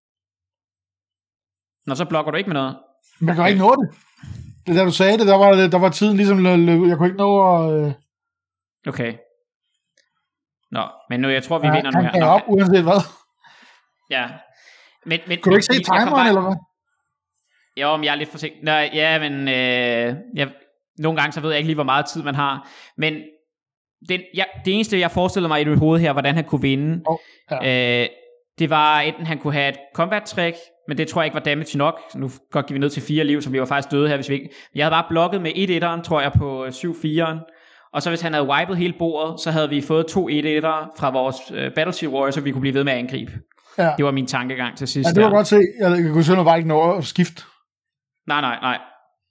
A: Nå, så blokker du ikke med noget.
B: Men jeg kan ikke nå det. Det der du sagde det, der var, der var tiden ligesom... Jeg kunne ikke nå at... Øh...
A: Okay. Nå, men nu, jeg tror, vi
B: ja,
A: vinder nu her.
B: Han kan op, uanset hvad.
A: Ja. Men, men,
B: kan du ikke se timeren, bare... eller hvad?
A: Jo, men jeg er lidt forsinket. Nå, ja, men øh, jeg, nogle gange så ved jeg ikke lige, hvor meget tid man har. Men den, ja, det eneste, jeg forestillede mig i mit hoved her, hvordan han kunne vinde, oh, ja. øh, det var enten han kunne have et combat-trick, men det tror jeg ikke var damage nok. Nu godt giver vi ned til fire liv, så vi var faktisk døde her, hvis vi ikke... Jeg havde bare blokket med et etteren, tror jeg, på syv fireren. Og så hvis han havde wiped hele bordet, så havde vi fået to et-etter fra vores øh, Battleship Warrior, så vi kunne blive ved med at angribe.
B: Ja.
A: Det var min tankegang til sidst.
B: Ja, det var der. Godt se. Jeg kunne simpelthen bare ikke nå at skifte.
A: Nej, nej, nej.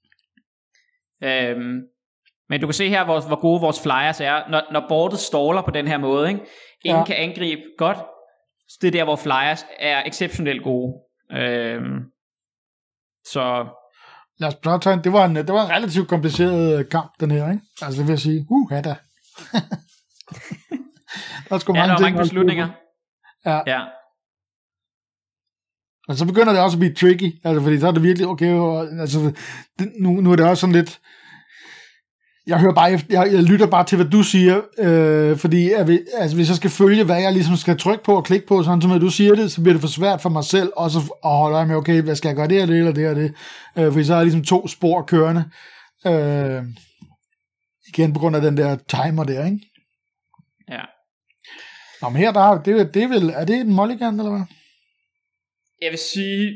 A: Øhm, men du kan se her, hvor, hvor gode vores flyers er. Når, når boardet staller på den her måde, ikke? Ingen ja. kan angribe godt. Så det er der, hvor flyers er exceptionelt gode. Øhm, så...
B: Lad os prøve at tage en, det var en, det var en relativt kompliceret kamp, den her, ikke? Altså det vil jeg sige, uh, ja da. der er sgu
A: ja,
B: mange,
A: der var
B: ting,
A: mange beslutninger.
B: Ja.
A: ja.
B: Og så begynder det også at blive tricky, altså fordi så er det virkelig, okay, og, altså det, nu, nu er det også sådan lidt, jeg hører bare, efter, jeg, jeg lytter bare til, hvad du siger, øh, fordi jeg, altså, hvis jeg skal følge, hvad jeg ligesom skal trykke på og klikke på, sådan som du siger det, så bliver det for svært for mig selv, også at holde øje med, okay, hvad skal jeg gøre, det eller det, eller det, eller det, øh, fordi så er jeg ligesom to spor kørende, øh, igen på grund af den der timer der, ikke?
A: Ja.
B: Nå, men her, der er, det, det er vel, er det en mulligan, eller hvad?
A: Jeg vil sige,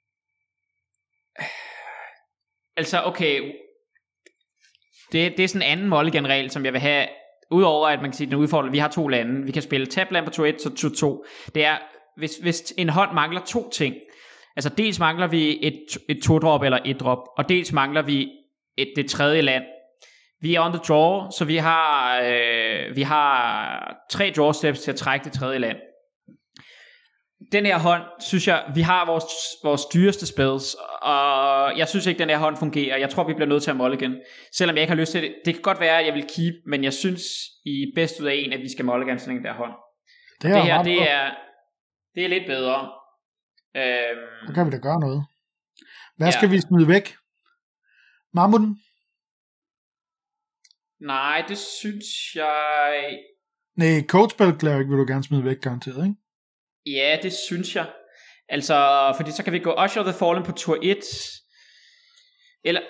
A: altså okay, det, det er sådan en anden mulligan-regel, som jeg vil have, udover at man kan sige, den udfordrer, vi har to lande, vi kan spille tabland på to et, så to to, det er, hvis, hvis en hånd mangler to ting, altså dels mangler vi et, et to-drop eller et drop, og dels mangler vi et, det tredje land. Vi er on the draw, så vi har, øh, vi har tre draw steps til at trække det tredje land. Den her hånd, synes jeg, vi har vores, vores dyreste spells, og jeg synes ikke, den her hånd fungerer. Jeg tror, vi bliver nødt til at mulligan, selvom jeg ikke har lyst til det. Det kan godt være, at jeg vil keep, men jeg synes i bedst ud af en, at vi skal mulligan sådan en der hånd. Det, det her, det er, det er lidt bedre. Øhm,
B: så kan vi da gøre noget. Hvad ja. skal vi smide væk? Mammuten?
A: Nej, det synes jeg...
B: Nej, Cold Spell Cleric vil du gerne smide væk, garanteret, ikke?
A: Ja, det synes jeg. Altså, fordi så kan vi gå Usher the Fallen på tur et. Eller...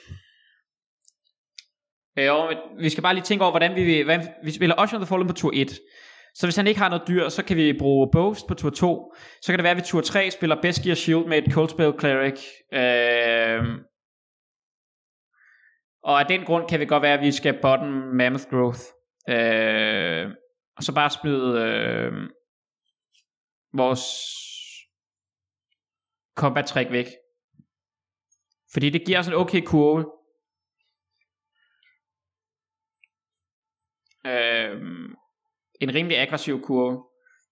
A: Jo, vi skal bare lige tænke over, hvordan vi vil... Hvordan vi spiller Usher the Fallen på tur et. Så hvis han ikke har noget dyr, så kan vi bruge Boast på tur to. Så kan det være, at vi tur tre spiller Beskir Shield med et Cold Spell Cleric. Øh... Og af den grund kan vi godt være, at vi skal bottom Mammoth Growth. Øh... Og så bare smide... Øh... vores combat trick væk, fordi det giver os en okay kurve. øhm, en rimelig aggressiv kurve.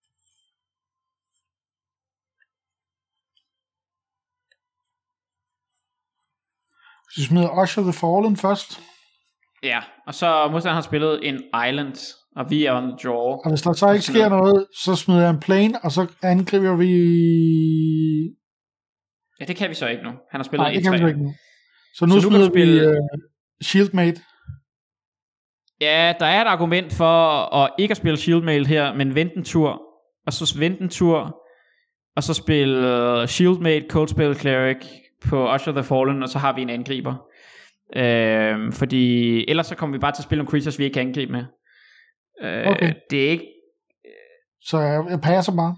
B: Så smider Usher the Fallen først.
A: Ja, og så modstanderen har spillet en island, og vi er on the draw.
B: Og hvis der så ikke sker noget, så smider jeg en plane, og så angriber vi...
A: Ja, det kan vi så ikke nu. Han har spillet
B: Nej,
A: et
B: tre.
A: tre.
B: Ikke nu. Så nu, så nu smider spille... vi uh, Shieldmate.
A: Ja, der er et argument for at ikke at spille Shieldmate her, men vente en tur, og så vente en tur, og så spille Shieldmate, Cold Spell Cleric på Usher the Fallen, og så har vi en angriber. Øh, fordi ellers så kommer vi bare til at spille nogle creatures, vi ikke kan angribe med. Øh,
B: okay.
A: Det er ikke...
B: Så jeg, jeg passer bare.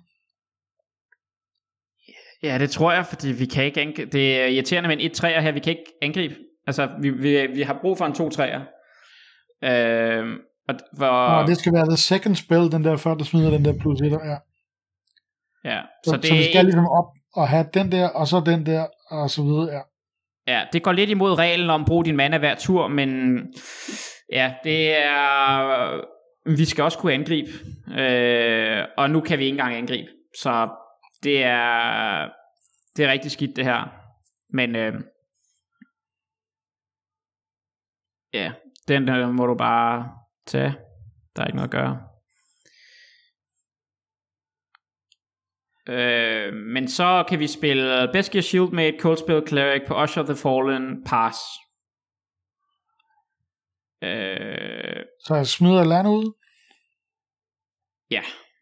A: Ja, det tror jeg, fordi vi kan ikke angribe. Det er irriterende med en et treer her, vi kan ikke angribe. Altså, vi, vi, vi har brug for en to treer. Øh, og for...
B: Og det skal være the second spell, den der før, der smider den der plus etter, ja.
A: Ja,
B: så,
A: så, det
B: så vi skal
A: ikke...
B: ligesom op og have den der, og så den der, og så videre, ja.
A: Ja, det går lidt imod reglen om at bruge din mana hver tur, men ja, det er... Vi skal også kunne angribe, øh, og nu kan vi ikke engang angribe, så det er det er rigtig skidt det her, men øh, ja, den der må du bare tage, der er ikke noget at gøre. Øh, men så kan vi spille Beskir Shieldmate, Cold Spell Cleric på Usher the Fallen, pass. Øh,
B: så jeg smider land ud.
A: Ja.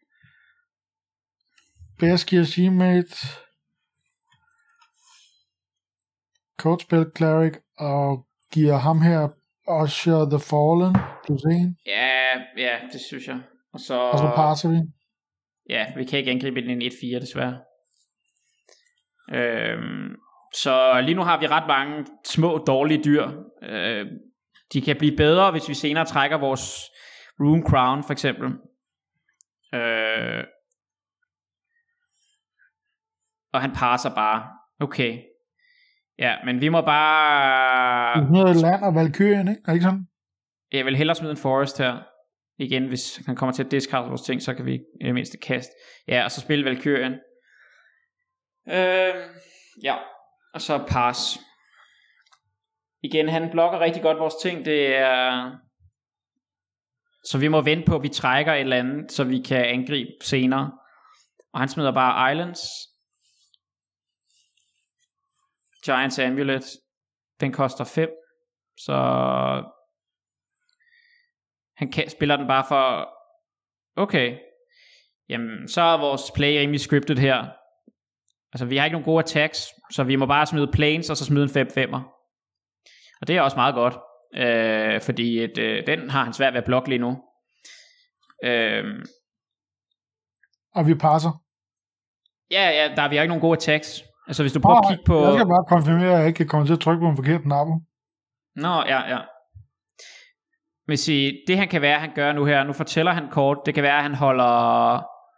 B: Beskir Shieldmate, Cold Spell Cleric, og giver ham her Usher the Fallen plus en.
A: Ja, ja, det synes jeg. Og så,
B: og så passer vi.
A: Ja, vi kan ikke angribe den i en et fire desværre. Øhm, så lige nu har vi ret mange små dårlige dyr. Øh, De kan blive bedre, hvis vi senere trækker vores Rune Crown, for eksempel. Øh, og han passer bare. Okay. Ja, men vi må bare...
B: Noget land og Valkyrien, ikke? Er det ikke sådan?
A: Jeg vil hellere smide en Forest her. Igen, hvis han kommer til at discard vores ting, så kan vi i det mindste kaste. Ja, og så spille Valkyrien. Øh, ja, og så pass. Igen, han blokker rigtig godt vores ting. Det er... Så vi må vente på, at vi trækker et eller andet, så vi kan angribe senere. Og han smider bare Islands. Giants Amulet. Den koster fem. Så... Han kan, spiller den bare for... Okay. Jamen, så er vores play rimelig scripted her. Altså, vi har ikke nogen gode attacks, så vi må bare smide planes, og så smide en fem femmer. Og det er også meget godt. Øh, fordi et, øh, den har han svært ved at blokke lige nu. Øh,
B: og vi passer.
A: Ja, ja, der er vi ikke nogen gode attacks. Altså hvis du prøver oh, at kigge på...
B: Jeg skal bare konfirmere, at jeg ikke kan komme til at trykke på en forkert knap.
A: Nå, ja, ja. Hvis I, det han kan være, han gør nu her, nu fortæller han kort, det kan være, at han holder...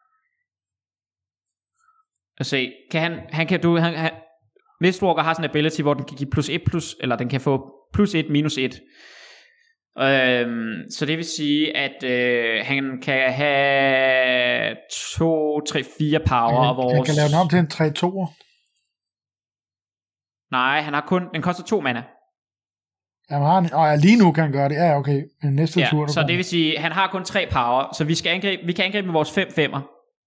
A: Altså, kan han, han kan du... Han, han, Mistwalker har sådan en ability, hvor den kan give plus et plus, eller den kan få plus et minus et. Øhm, så det vil sige, at øh, han kan have to, tre, fire power.
B: Han,
A: og vores...
B: han kan lave den om til en tre to.
A: Nej, han har kun, den koster to mana.
B: Jamen, han, og lige nu kan han gøre det. Ja, okay. Men næste
A: ja,
B: tur...
A: så kommer. Det vil sige, at han har kun tre power, så vi, skal angribe, vi kan angribe med vores fem femmer.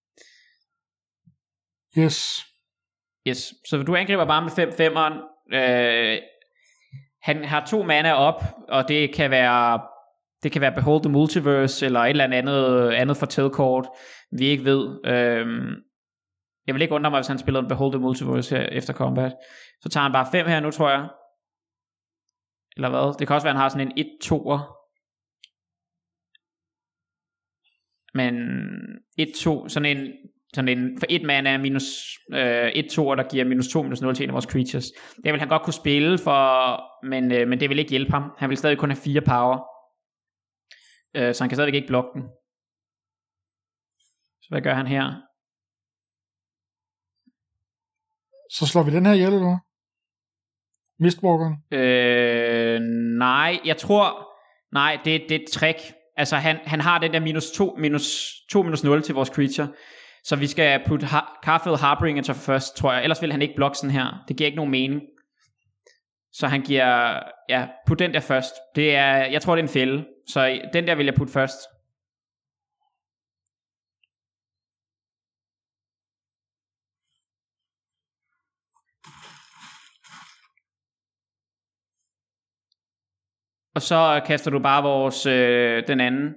B: Yes.
A: Yes, så du angriber bare med fem femmeren. Øh, han har to mana op, og det kan være det kan være Behold the Multiverse eller et eller andet andet fortælkort, vi ikke ved. Øh, jeg vil ikke undre mig, hvis han spiller Behold the Multiverse her efter combat. Så tager han bare fem her nu, tror jeg. Eller hvad? Det kan også være, han har sådan en et toer. Men et to, sådan en sådan en, for et mana minus øh, et to, der giver minus to minus nul til en af vores creatures. Det vil han godt kunne spille for, men, øh, men det vil ikke hjælpe ham. Han vil stadig kun have fire power, øh, så han kan stadig ikke blokke den. Så hvad gør han her?
B: Så slår vi den her ihjel, eller hvad? Mistwalkeren?
A: Øh, nej, jeg tror nej, det, det er et trick. Altså han, han har den der minus to minus to minus nul til vores creature. Så vi skal putte ha- Karfell Harbinger til først, tror jeg. Ellers vil han ikke blokke sådan her. Det giver ikke nogen mening. Så han giver... Ja, put den der først. Det er... Jeg tror, det er en fælde. Så den der vil jeg putte først. Og så kaster du bare vores... Øh, den anden.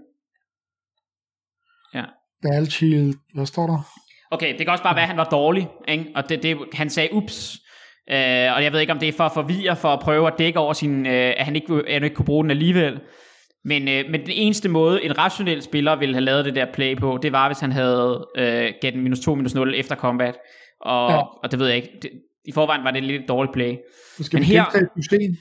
A: Ja.
B: Balchild, hvad står der?
A: Okay, det kan også bare være, at han var dårlig, ikke? Og det, det, han sagde ups, øh, og jeg ved ikke, om det er for at forvirre, for at prøve at dække over sin, øh, at han ikke, at han ikke kunne bruge den alligevel. Men, øh, men den eneste måde, en rationel spiller ville have lavet det der play på, det var, hvis han havde øh, givet den minus to, minus nul efter combat. Og, ja. og det ved jeg ikke. Det, i forvejen var det lidt et dårligt play.
B: Skal men vi her, system?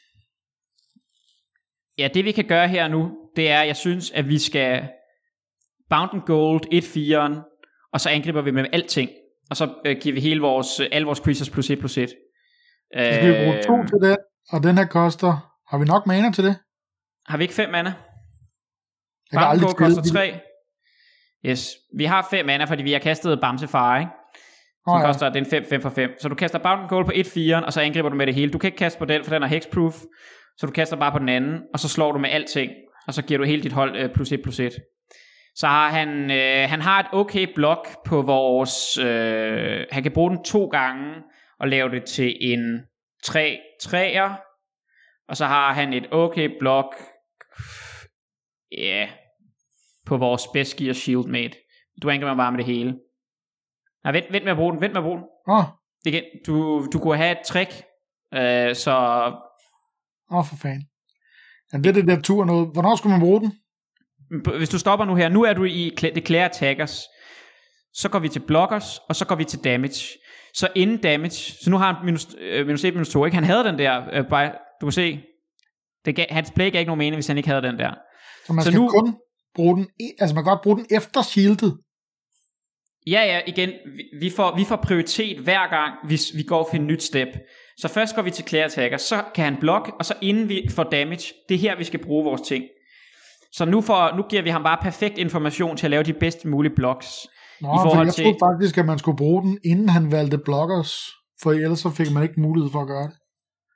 A: Ja, det vi kan gøre her nu, det er, jeg synes, at vi skal Bound and Gold et fire, og så angriber vi med alting, og så øh, giver vi hele vores, øh, alle vores creatures plus et plus et.
B: Så skal vi bruge to til det, og den her koster, har vi nok mana til det?
A: Har vi ikke fem mana? Bound and Gold koster tre. Yes, vi har fem mana, fordi vi har kastet Bamsefar, ikke? Så oh, ja. Koster den fem fem for fem. Så du kaster Bound and Gold på et fire, og så angriber du med det hele. Du kan ikke kaste på den, for den er hexproof, så du kaster bare på den anden, og så slår du med alting, og så giver du hele dit hold øh, plus et plus et. Så har han, øh, han har et okay blok på vores, øh, han kan bruge den to gange og lave det til en tre treer, og så har han et okay blok, ja, yeah, på vores Beskir Shieldmate. Du angriber bare med det hele. Nej, vent, vent med at bruge den, vent med at bruge den.
B: Åh. Oh.
A: Igen, du, du kunne have et trick, øh, så...
B: Åh, oh, for fanden. Ja, det er det der tur noget. Hvornår skulle man bruge den?
A: Hvis du stopper nu her, nu er du i Declare Attackers, så går vi til Blockers, og så går vi til Damage. Så inden Damage, så nu har han minus, øh, minus et, minus to, ikke? Han havde den der, øh, bare, du kan se, Det gav, hans play gav ikke nogen mening, hvis han ikke havde den der.
B: Så man så skal nu, kun bruge den, altså man kan godt bruge den efter shieldet.
A: Ja, ja, igen, vi, vi, får, vi får prioritet hver gang, hvis vi går for en nyt step. Så først går vi til clear attacker, så kan han blokke, og så inden vi får damage, det er her, vi skal bruge vores ting. Så nu, får, nu giver vi ham bare perfekt information til at lave de bedst mulige blocks.
B: Nå, i forhold jeg til... troede faktisk, at man skulle bruge den, inden han valgte blockers, for ellers så fik man ikke mulighed for at gøre det.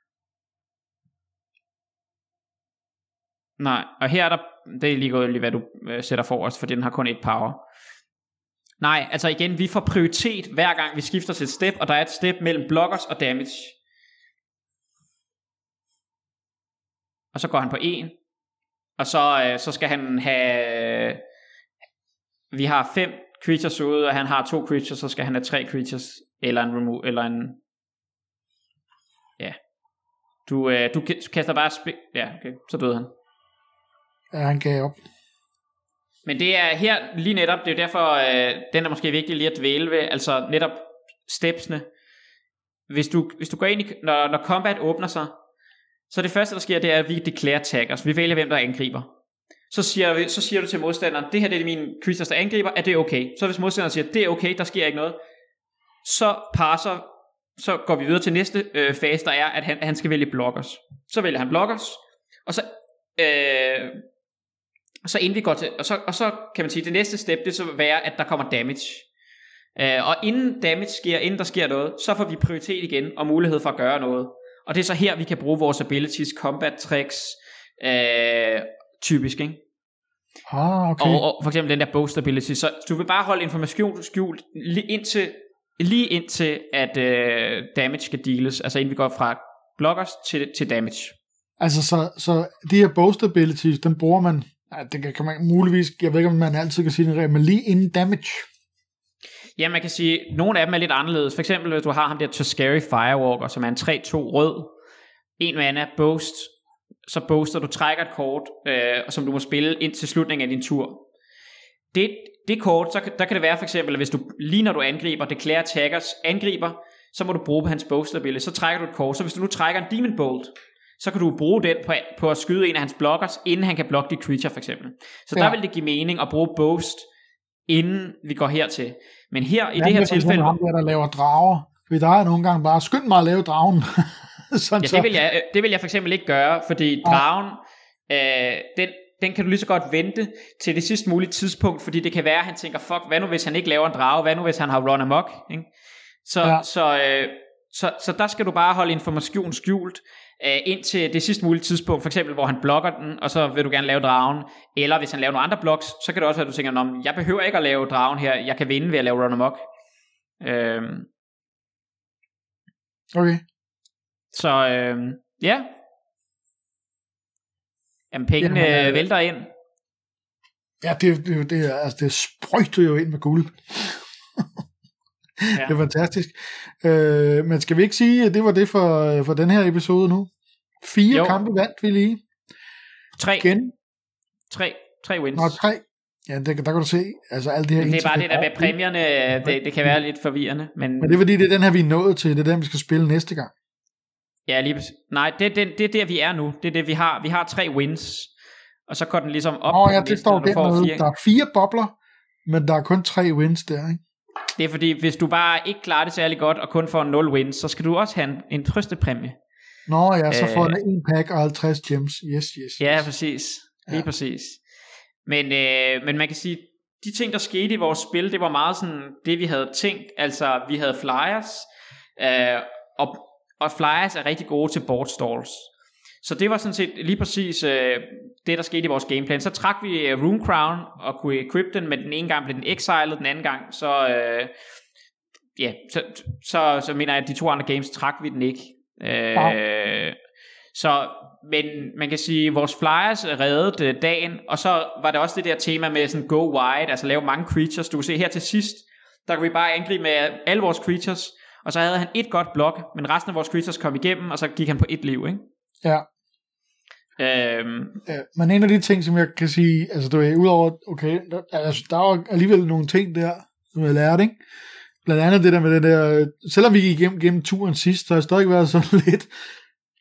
A: Nej, og her er der, det er lige gået lige, hvad du øh, sætter for os, fordi den har kun et power. Nej, altså igen, vi får prioritet hver gang vi skifter til et step, og der er et step mellem blockers og damage. Og så går han på en, og så, øh, så skal han have, øh, vi har fem creatures ude, og han har to creatures, så skal han have tre creatures, eller en remove, eller en, ja, du, øh, du kaster bare, sp- ja, okay, så døde han.
B: Ja, han gav op.
A: Men det er her lige netop, det er jo derfor, øh, den er måske vigtig lige at dvæle ved, altså netop stepsene. Hvis du, hvis du går ind i, når, når combat åbner sig, så det første der sker, det er at vi declare attackers. Vi vælger hvem der angriber. Så siger, vi, så siger du til modstanderen, det her det er mine creatures der angriber, er det okay? Så hvis modstanderen siger, det er okay, der sker ikke noget, så passer, så går vi videre til næste øh, fase, der er, at han, han skal vælge blockers. Så vælger han blockers, og så... Øh, så inden vi går til, og så, og så kan man sige, det næste step, det så vil være, at der kommer damage. Uh, og inden damage sker, inden der sker noget, så får vi prioritet igen, og mulighed for at gøre noget. Og det er så her, vi kan bruge vores abilities, combat tricks, uh, typisk, ikke?
B: Ah, okay.
A: Og, og for eksempel den der boast ability. Så du vil bare holde information skjult, lige indtil, lige indtil at uh, damage skal deales, altså inden vi går fra blockers til, til damage.
B: Altså, så, så de her boast abilities, den bruger man, ja, det kan man muligvis, jeg ved ikke, om man altid kan sige det, men lige inden damage.
A: Ja, man kan sige, at nogle af dem er lidt anderledes. For eksempel, hvis du har ham der Tuscary Firewalker, som er en tre to rød, en mana boast, så boaster du, trækker et kort, øh, som du må spille ind til slutningen af din tur. Det, det kort, så, der kan det være for eksempel, at hvis du, lige når du angriber, declare attackers angriber, så må du bruge på hans boast ability, så trækker du et kort. Så hvis du nu trækker en Demon Bolt, så kan du bruge den på, på at skyde en af hans blockers, inden han kan blokke dit creature for eksempel. Så ja. Der vil det give mening at bruge boast, inden vi går hertil. Men her i ja, det her tilfælde...
B: Ham der, der laver drager. Vi der er nogle gange bare skynd mig at lave dragen.
A: Sådan, ja, det vil, jeg, det vil jeg for eksempel ikke gøre, fordi dragen, ja. øh, den, den kan du lige så godt vente til det sidste mulige tidspunkt, fordi det kan være, at han tænker, fuck, hvad nu hvis han ikke laver en drage, hvad nu hvis han har run amok, ikke? Så, ja. så, øh, så, så der skal du bare holde information skjult, øh, indtil det sidste mulige tidspunkt, for eksempel hvor han blokker den, og så vil du gerne lave dragen, eller hvis han laver nogle andre blocks, så kan det også være, at du tænker, jeg behøver ikke at lave dragen her, jeg kan vinde ved at lave run amok. Øh,
B: okay.
A: Så øh, ja. Jamen pengene Jamen, øh, vælter ind.
B: Ja, det, det, det, altså, det sprøjter jo ind med guld. Ja. Det er fantastisk. Øh, men skal vi ikke sige, at det var det for, for den her episode nu? Fire jo. Kampe vandt vi lige.
A: Tre.
B: Igen.
A: Tre. Tre wins.
B: Nå, tre. Ja, det, der kan du se. Altså, alt det her.
A: Det er bare det der med præmierne, det, det kan være lidt forvirrende. Men,
B: men det er fordi, det er den her, vi er nået til. Det er den, vi skal spille næste gang.
A: Ja, lige nej, det, det, det er der, vi er nu. Det er det, vi har. Vi har tre wins. Og så går den ligesom op.
B: Åh, ja, det står der. Der er fire bobler, men der er kun tre wins der, ikke?
A: Det er fordi, hvis du bare ikke klarer det særlig godt, og kun får nul wins, så skal du også have en, en trøstepræmie.
B: Nå ja, så får du en pack og halvtreds gems. Yes, yes, yes.
A: Ja, præcis. Lige ja. præcis. Men, øh, men man kan sige, de ting, der skete i vores spil, det var meget sådan, det vi havde tænkt. Altså, vi havde flyers, øh, og, og flyers er rigtig gode til board stalls. Så det var sådan set lige præcis øh, det, der skete i vores gameplan. Så trak vi uh, Rune Crown og kunne equip den, men den ene gang blev den exiled, den anden gang, så, øh, yeah, så, så, så mener jeg, at de to andre games trak vi den ikke. Øh, ja. Så, men man kan sige, at vores flyers reddede dagen, og så var det også det der tema med sådan go wide, altså lave mange creatures. Du kan se her til sidst, der kunne vi bare angribe med alle vores creatures, og så havde han et godt blok, men resten af vores creatures kom igennem, og så gik han på et liv, ikke?
B: Ja. Øhm. Ja, men en af de ting, som jeg kan sige, altså du er udover, okay, der, altså, der er alligevel nogle ting der, som jeg lærte, ikke? Blandt andet det der med det der, selvom vi gik igennem, gennem turen sidst, så har jeg stadig været sådan lidt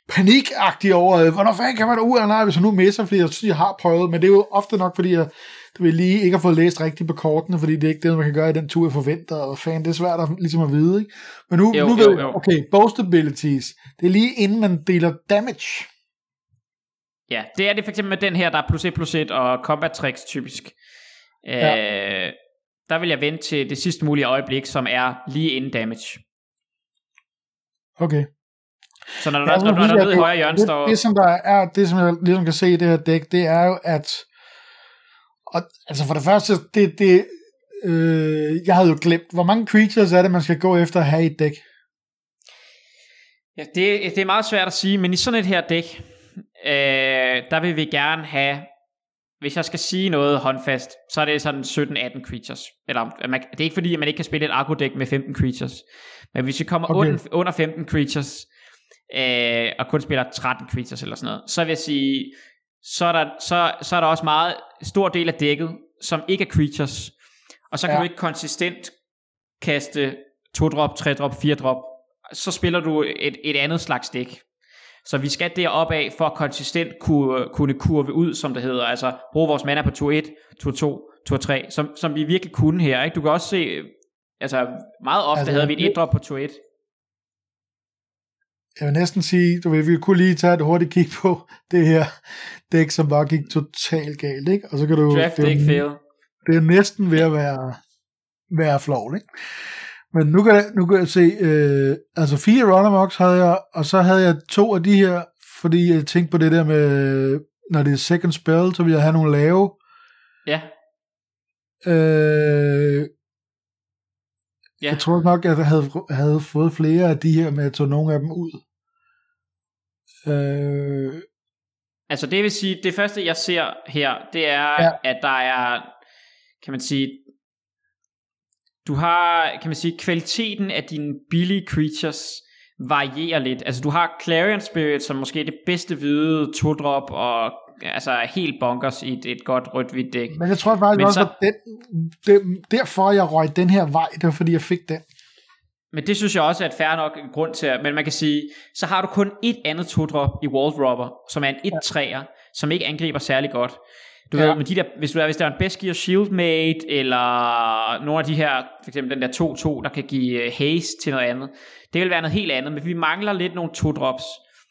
B: panikagtig over, hvornår fanden kan man da ud af nej, hvis jeg nu misser, fordi jeg synes, jeg har prøvet, men det er jo ofte nok, fordi jeg du vil lige ikke har fået læst rigtigt på kortene, fordi det er ikke det, man kan gøre i den tur, jeg forventer, og fan, det er svært at, ligesom at vide, ikke? Men nu,
A: jo,
B: nu ved
A: jo,
B: jeg,
A: jo.
B: okay, boast abilities, det er lige inden man deler damage.
A: Ja, det er det for eksempel med den her, der er plus et plus et og combat tricks typisk. Ja. Øh, der vil jeg vente til det sidste mulige øjeblik, som er lige inden damage.
B: Okay.
A: Så når der, når, når der er nede i højre hjørne
B: det,
A: står...
B: Det, som der er, det som jeg ligesom kan se i det her dæk, det er jo, at og, altså for det første, det, det øh, jeg havde jo glemt, hvor mange creatures er det, man skal gå efter at have i et dæk?
A: Ja, det, det er meget svært at sige, men i sådan et her dæk, øh, der vil vi gerne have, hvis jeg skal sige noget håndfast, så er det sådan sytten atten creatures. Eller, man, det er ikke fordi, at man ikke kan spille et agro-dæk med femten creatures, men hvis vi kommer okay. under, under femten creatures, øh, og kun spiller tretten creatures eller sådan noget, så vil jeg sige, så er der, så, så er der også meget stor del af dækket, som ikke er creatures, og så kan ja. du ikke konsistent kaste to drop, tre drop, fire drop, så spiller du et, et andet slags dæk. Så vi skal derop af for at konsistent kunne, kunne kurve ud, som det hedder, altså bruge vores mana på tur et, tur to, tur tre, som, som vi virkelig kunne her, ikke? Du kan også se, altså meget ofte altså, havde vi et et drop på tur et.
B: Jeg vil næsten sige, du ved, vi kunne lige tage et hurtigt kig på det her dæk, som bare gik totalt galt, ikke? Og så kan du...
A: Draft dæk fail.
B: Det er næsten ved at være, være flot, ikke? Men nu kan jeg, nu kan jeg se, øh, altså fire runnerbox havde jeg, og så havde jeg to af de her, fordi jeg tænkte på det der med, når det er second spell, så vil jeg have nogle lave.
A: Ja.
B: Øh, ja. Jeg tror nok, at jeg havde, havde fået flere af de her med at tage nogle af dem ud. Øh,
A: altså det vil sige, det første jeg ser her, det er, ja. at der er, kan man sige, du har, kan man sige, kvaliteten af dine billige creatures varierer lidt. Altså du har Clarion Spirit, som måske er det bedste hvide to-drop, og altså helt bonkers i et, et godt rødt-hvidt dæk.
B: Men jeg tror faktisk også, så, at den, den, derfor jeg røg den her vej, det var fordi jeg fik den.
A: Men det synes jeg også er et fair nok grund til, men man kan sige, så har du kun et andet to-drop i Wall Robber, som er en et treer, som ikke angriber særlig godt. Du ja. ved, med de der, hvis, du er, hvis der er en Beskir Shieldmate, eller nogle af de her, for eksempel den der to to, der kan give haste til noget andet, det vil være noget helt andet, men vi mangler lidt nogle to-drops.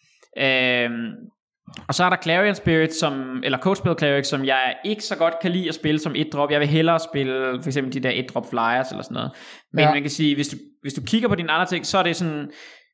A: Øhm, og så er der Clarion Spirit, som, eller Coachspell Cleric, som jeg ikke så godt kan lide at spille som et drop. Jeg vil hellere spille for eksempel de der et drop flyers, eller sådan noget. Men ja. man kan sige, hvis du, hvis du kigger på dine andre ting, så er det sådan,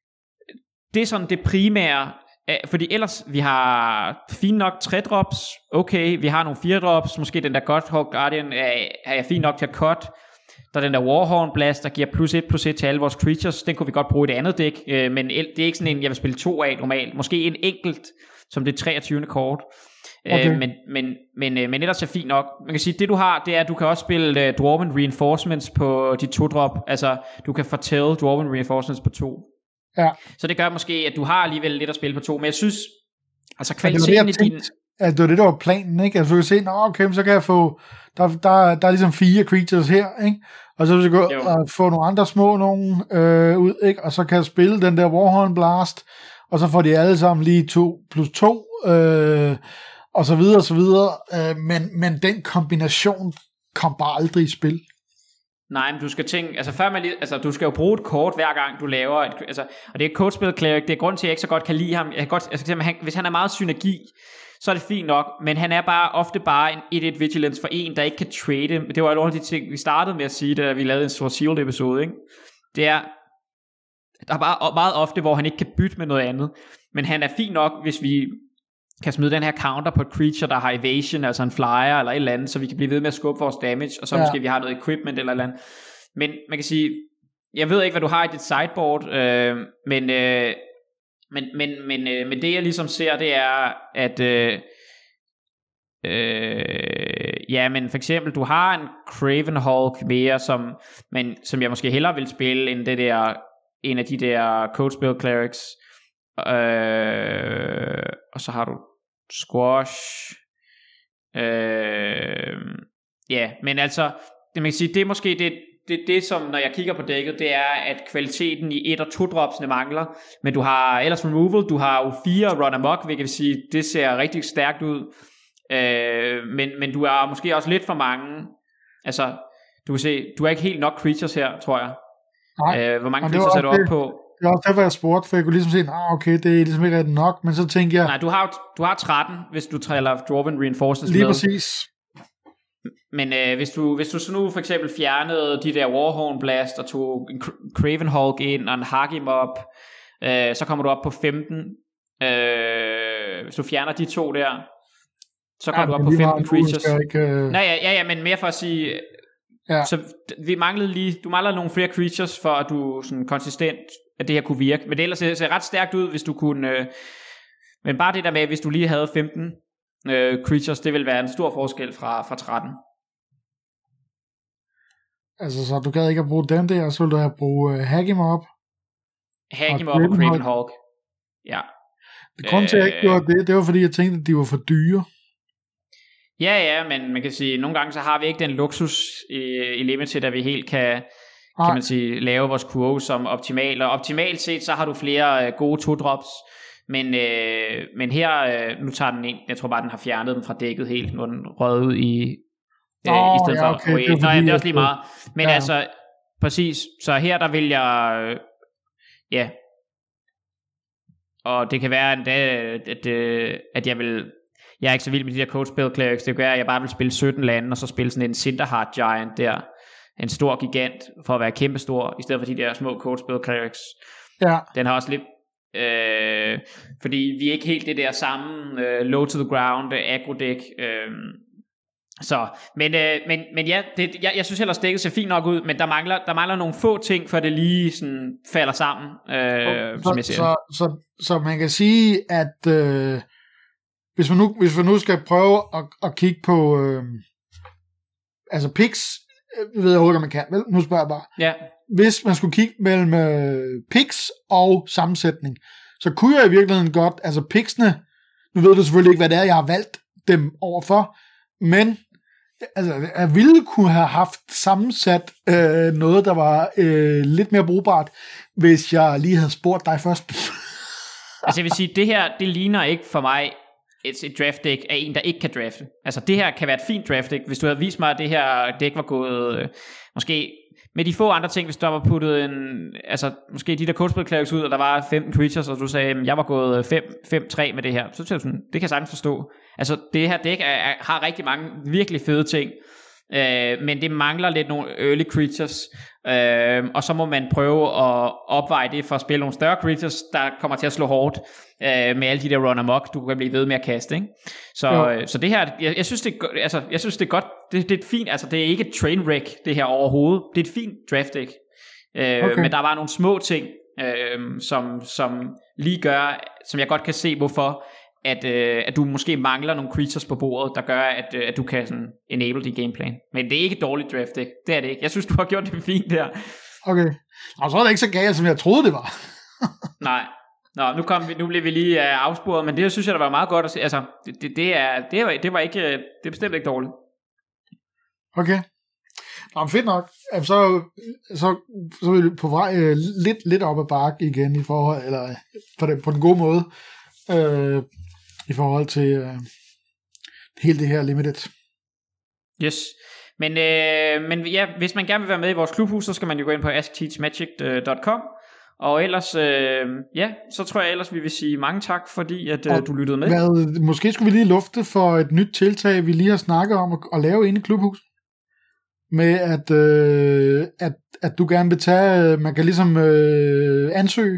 A: det er sådan det primære. Fordi ellers, vi har fint nok tre drops, okay, vi har nogle fire drops, måske den der Godhawk Guardian er, er fint nok til at cut. Der er den der Warhorn Blast, der giver plus et plus et til alle vores creatures, den kunne vi godt bruge i et andet dæk, men det er ikke sådan en, jeg vil spille to af normalt, måske en enkelt, som det treogtyvende kort, okay. øh, men, men, men, men ellers er fint nok. Man kan sige, det du har, det er, at du kan også spille uh, Dwarven Reinforcements på de to drop, altså du kan fortælle Dwarven Reinforcements på to. Ja. Så det gør måske, at du har alligevel lidt at spille på to, men jeg synes, altså kvaliteten i din...
B: At det var det, der var planen, ikke? Altså du kan se, nå okay, så kan jeg få, der, der, der er ligesom fire creatures her, ikke? Og så vil jeg gå jo. og få nogle andre små nogen øh, ud, ikke? Og så kan jeg spille den der Warhorn Blast, og så får de alle sammen lige to plus to, øh, og så videre, og så videre. Øh, men, men den kombination kom bare aldrig i spil.
A: Nej, men du skal tænke, altså før man lige, altså du skal jo bruge et kort hver gang du laver et, altså, og det er et Coachspell Cleric, det er grund til at jeg ikke så godt kan lide ham. Jeg kan godt, altså, han, hvis han er meget synergi, så er det fint nok, men han er bare ofte bare en et et vigilance for en, der ikke kan trade. Det var jo nogle af de ting, vi startede med at sige, da vi lavede en Sword Shield episode, ikke? Det er, der er bare meget ofte, hvor han ikke kan bytte med noget andet, men han er fint nok, hvis vi kan smide den her counter på et creature, der har evasion, altså en flyer eller et eller andet, så vi kan blive ved med at skubbe vores damage, og så ja. måske vi har noget equipment eller et eller andet. Men man kan sige, jeg ved ikke, hvad du har i dit sideboard, øh, men, øh, men, men, men, øh, men det jeg ligesom ser, det er, at øh, øh, ja, men for eksempel, du har en Craven Hulk mere, som, men, som jeg måske hellere vil spille, end det der, en af de der Coachspell Clerics. Øh, og så har du Squash. Øh, ja, men altså, det man kan sige, det er måske det, det, det som, når jeg kigger på dækket, det er, at kvaliteten i et- og to-dropsene mangler, men du har ellers removal, du har jo fire run amok, hvilket vil sige, det ser rigtig stærkt ud, øh, men, men du er måske også lidt for mange, altså, du kan se, du er ikke helt nok creatures her, tror jeg.
B: Nej,
A: øh, hvor mange creatures er du oppe på?
B: Det er også derfor, jeg spurgte, for jeg kunne ligesom se, ah, okay, det er ligesom ikke rigtig nok, men så tænker jeg...
A: Nej, du har, du har tretten, hvis du træller Dwarven Reinforcements
B: lige
A: med.
B: præcis.
A: Men øh, hvis, du, hvis du så nu for eksempel fjernede de der Warhorn Blast og tog en Cravenhawk ind og en Hagimop, øh, så kommer du op på femten. Øh, hvis du fjerner de to der, så kommer
B: ja,
A: du op på femten creatures.
B: Ikke, øh...
A: Nej, ja, ja, ja, men mere for at sige...
B: Ja.
A: Så vi manglede lige, du mangler nogle flere creatures, for at du sådan konsistent, at det her kunne virke. Men det ellers ser, ser ret stærkt ud, hvis du kunne... Øh, men bare det der med, hvis du lige havde femten øh, creatures, det vil være en stor forskel fra, fra tretten.
B: Altså, så du gad ikke at bruge den der, så ville du have brugt uh, Hagimop.
A: Hagimop og Cravenhawk. Ja.
B: Det grund til, at jeg ikke gjorde det, det var fordi, jeg tænkte, at de var for dyre.
A: Ja, ja, men man kan sige, nogle gange så har vi ikke den luksus i, i Limited, at vi helt kan, kan man sige, lave vores kurve som optimal. Og optimalt set, så har du flere øh, gode to-drops. Men, øh, men her, øh, nu tager den ind, jeg tror bare, den har fjernet dem fra dækket helt, nu er den røget ud i, øh,
B: oh,
A: i stedet
B: ja,
A: for
B: okay,
A: at
B: det,
A: Nå, ja, det er også lige meget. Men
B: ja.
A: altså, præcis, så her der vil jeg, øh, ja, og det kan være, at, at, at, at jeg vil... Jeg er ikke så vild med de der code spell clerics. Det gør, at jeg bare vil spille sytten lande, og så spille sådan en Cinderheart Giant der. En stor gigant, for at være kæmpestor, i stedet for de der små code spell clerics.
B: Ja.
A: Den har også lidt... Øh, fordi vi er ikke helt det der samme øh, low to the ground, aggro deck. Øh, så, men, øh, men, men ja, det, jeg, jeg synes ellers dækket ser fint nok ud, men der mangler, der mangler nogle få ting, før det lige sådan falder sammen, øh,
B: så,
A: som jeg ser.
B: Så, så, så man kan sige, at... Øh Hvis man, nu, hvis man nu skal prøve at, at kigge på øh, altså picks, jeg ved jeg ikke, om man kan, vel? Nu spørger jeg bare.
A: Ja.
B: Hvis man skulle kigge mellem øh, picks og sammensætning, så kunne jeg i virkeligheden godt, altså picksene, nu ved du selvfølgelig ikke, hvad det er, jeg har valgt dem overfor, men altså, jeg ville kunne have haft sammensat øh, noget, der var øh, lidt mere brugbart, hvis jeg lige havde spurgt dig først.
A: Altså jeg vil sige, det her, det ligner ikke for mig et, et draft deck af en, der ikke kan drafte. Altså det her kan være et fint draft deck, hvis du havde vist mig, at det her deck var gået, øh, måske med de få andre ting, hvis der var puttet en, altså måske de der codespell clerics ud, og der var femten creatures, og du sagde, at jeg var gået fem tre med det her, så synes jeg sådan, det kan jeg sagtens forstå. Altså det her deck er, er, har rigtig mange virkelig fede ting, øh, men det mangler lidt nogle early creatures, øh, og så må man prøve at opveje det for at spille nogle større creatures, der kommer til at slå hårdt, øh, med alle de der run amok, du kan blive ved med at kaste, ikke? Så, øh, så det her, jeg, jeg synes det er, altså, jeg synes det er godt, det, det er et fint, altså det er ikke et train wreck det her overhovedet, det er et fint draft deck, øh, okay. Men der var nogle små ting, øh, som, som lige gør, som jeg godt kan se hvorfor, at, øh, at du måske mangler nogle creatures på bordet, der gør, at, øh, at du kan sådan enable dit gameplan. Men det er ikke et dårligt draft deck, det er det ikke. Jeg synes, du har gjort det fint der.
B: Okay, og så er det ikke så galt, som jeg troede, det var.
A: Nej. Nå, nu, kom vi, nu blev vi lige uh, afsporet, men det synes jeg, der var meget godt at se. Altså, det, det, det, er, det, var, det var ikke, det er bestemt ikke dårligt.
B: Okay. Nå, fedt nok. Så, så, så er vi på vej uh, lidt, lidt op ad bakke igen i forhold, eller på den, på den gode måde, uh, i forhold til uh, hele det her limited.
A: Yes. Men, øh, men ja, hvis man gerne vil være med i vores klubhus, så skal man jo gå ind på ask teach magic dot com. Og ellers, øh, ja, så tror jeg ellers, vi vil sige mange tak, fordi at øh, du lyttede med.
B: Hvad, måske skulle vi lige lufte for et nyt tiltag, vi lige har snakket om at, at lave inde i klubhus. Med at, øh, at, at du gerne vil tage, man kan ligesom øh, ansøge,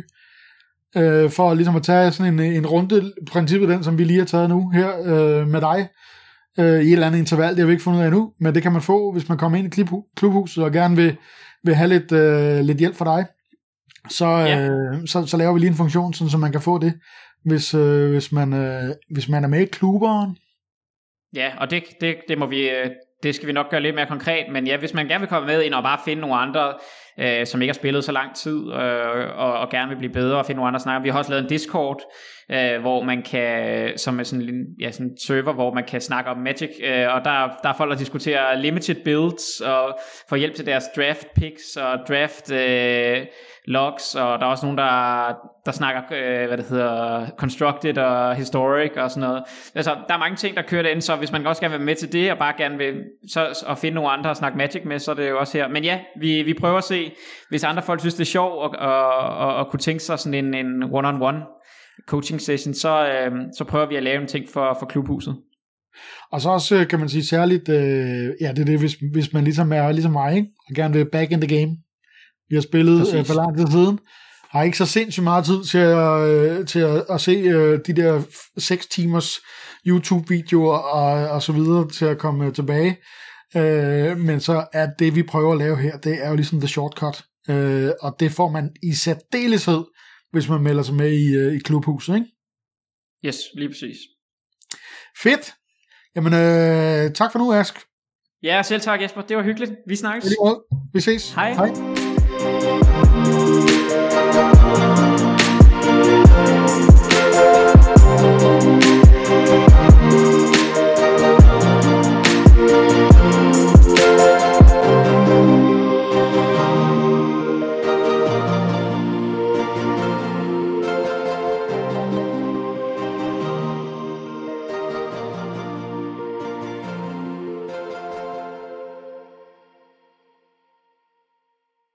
B: øh, for ligesom at tage sådan en, en runde, princippet den, som vi lige har taget nu her øh, med dig, øh, i et eller andet interval, det har vi ikke fundet ud af endnu, men det kan man få, hvis man kommer ind i klubhuset og gerne vil, vil have lidt, øh, lidt hjælp fra dig. Så, ja. øh, så, så laver vi lige en funktion, sådan, så man kan få det, hvis, øh, hvis, man, øh, hvis man er med i klubberen.
A: Ja, og det, det, det, må vi, det skal vi nok gøre lidt mere konkret, men ja, hvis man gerne vil komme med ind og bare finde nogle andre, øh, som ikke har spillet så lang tid, øh, og, og gerne vil blive bedre og finde nogle andre snakker. Vi har også lavet en Discord, øh, hvor man kan, som er sådan en ja, sådan en server, hvor man kan snakke om Magic, øh, og der, der er folk, der diskuterer limited builds, og får hjælp til deres draft picks, og draft øh, logs, og der er også nogen, der, der snakker, øh, hvad det hedder, constructed og historic og sådan noget. Altså, der er mange ting, der kører derinde, så hvis man også gerne vil være med til det, og bare gerne vil så, og finde nogle andre at snakke Magic med, så er det jo også her. Men ja, vi, vi prøver at se, hvis andre folk synes, det er sjovt, og, og, og, og kunne tænke sig sådan en, en one-on-one coaching session, så, øh, så prøver vi at lave en ting for, for klubhuset.
B: Og så også, kan man sige, særligt, øh, ja, det er det, hvis, hvis man ligesom er ligesom mig, ikke? Og gerne vil back in the game. Vi har spillet øh, for lang tid siden, har ikke så sindssygt meget tid til at, øh, til at, at se øh, de der seks timers YouTube-videoer og, og så videre til at komme tilbage. Øh, men så er det, vi prøver at lave her, det er jo ligesom the shortcut. Øh, og det får man i særdeleshed, hvis man melder sig med i, øh, i klubhuset, ikke?
A: Yes, lige præcis.
B: Fedt. Jamen, øh, tak for nu, Ask.
A: Ja, selv tak, Jesper. Det var hyggeligt. Vi snakkes.
B: Vi ses.
A: Hej.
B: Hej.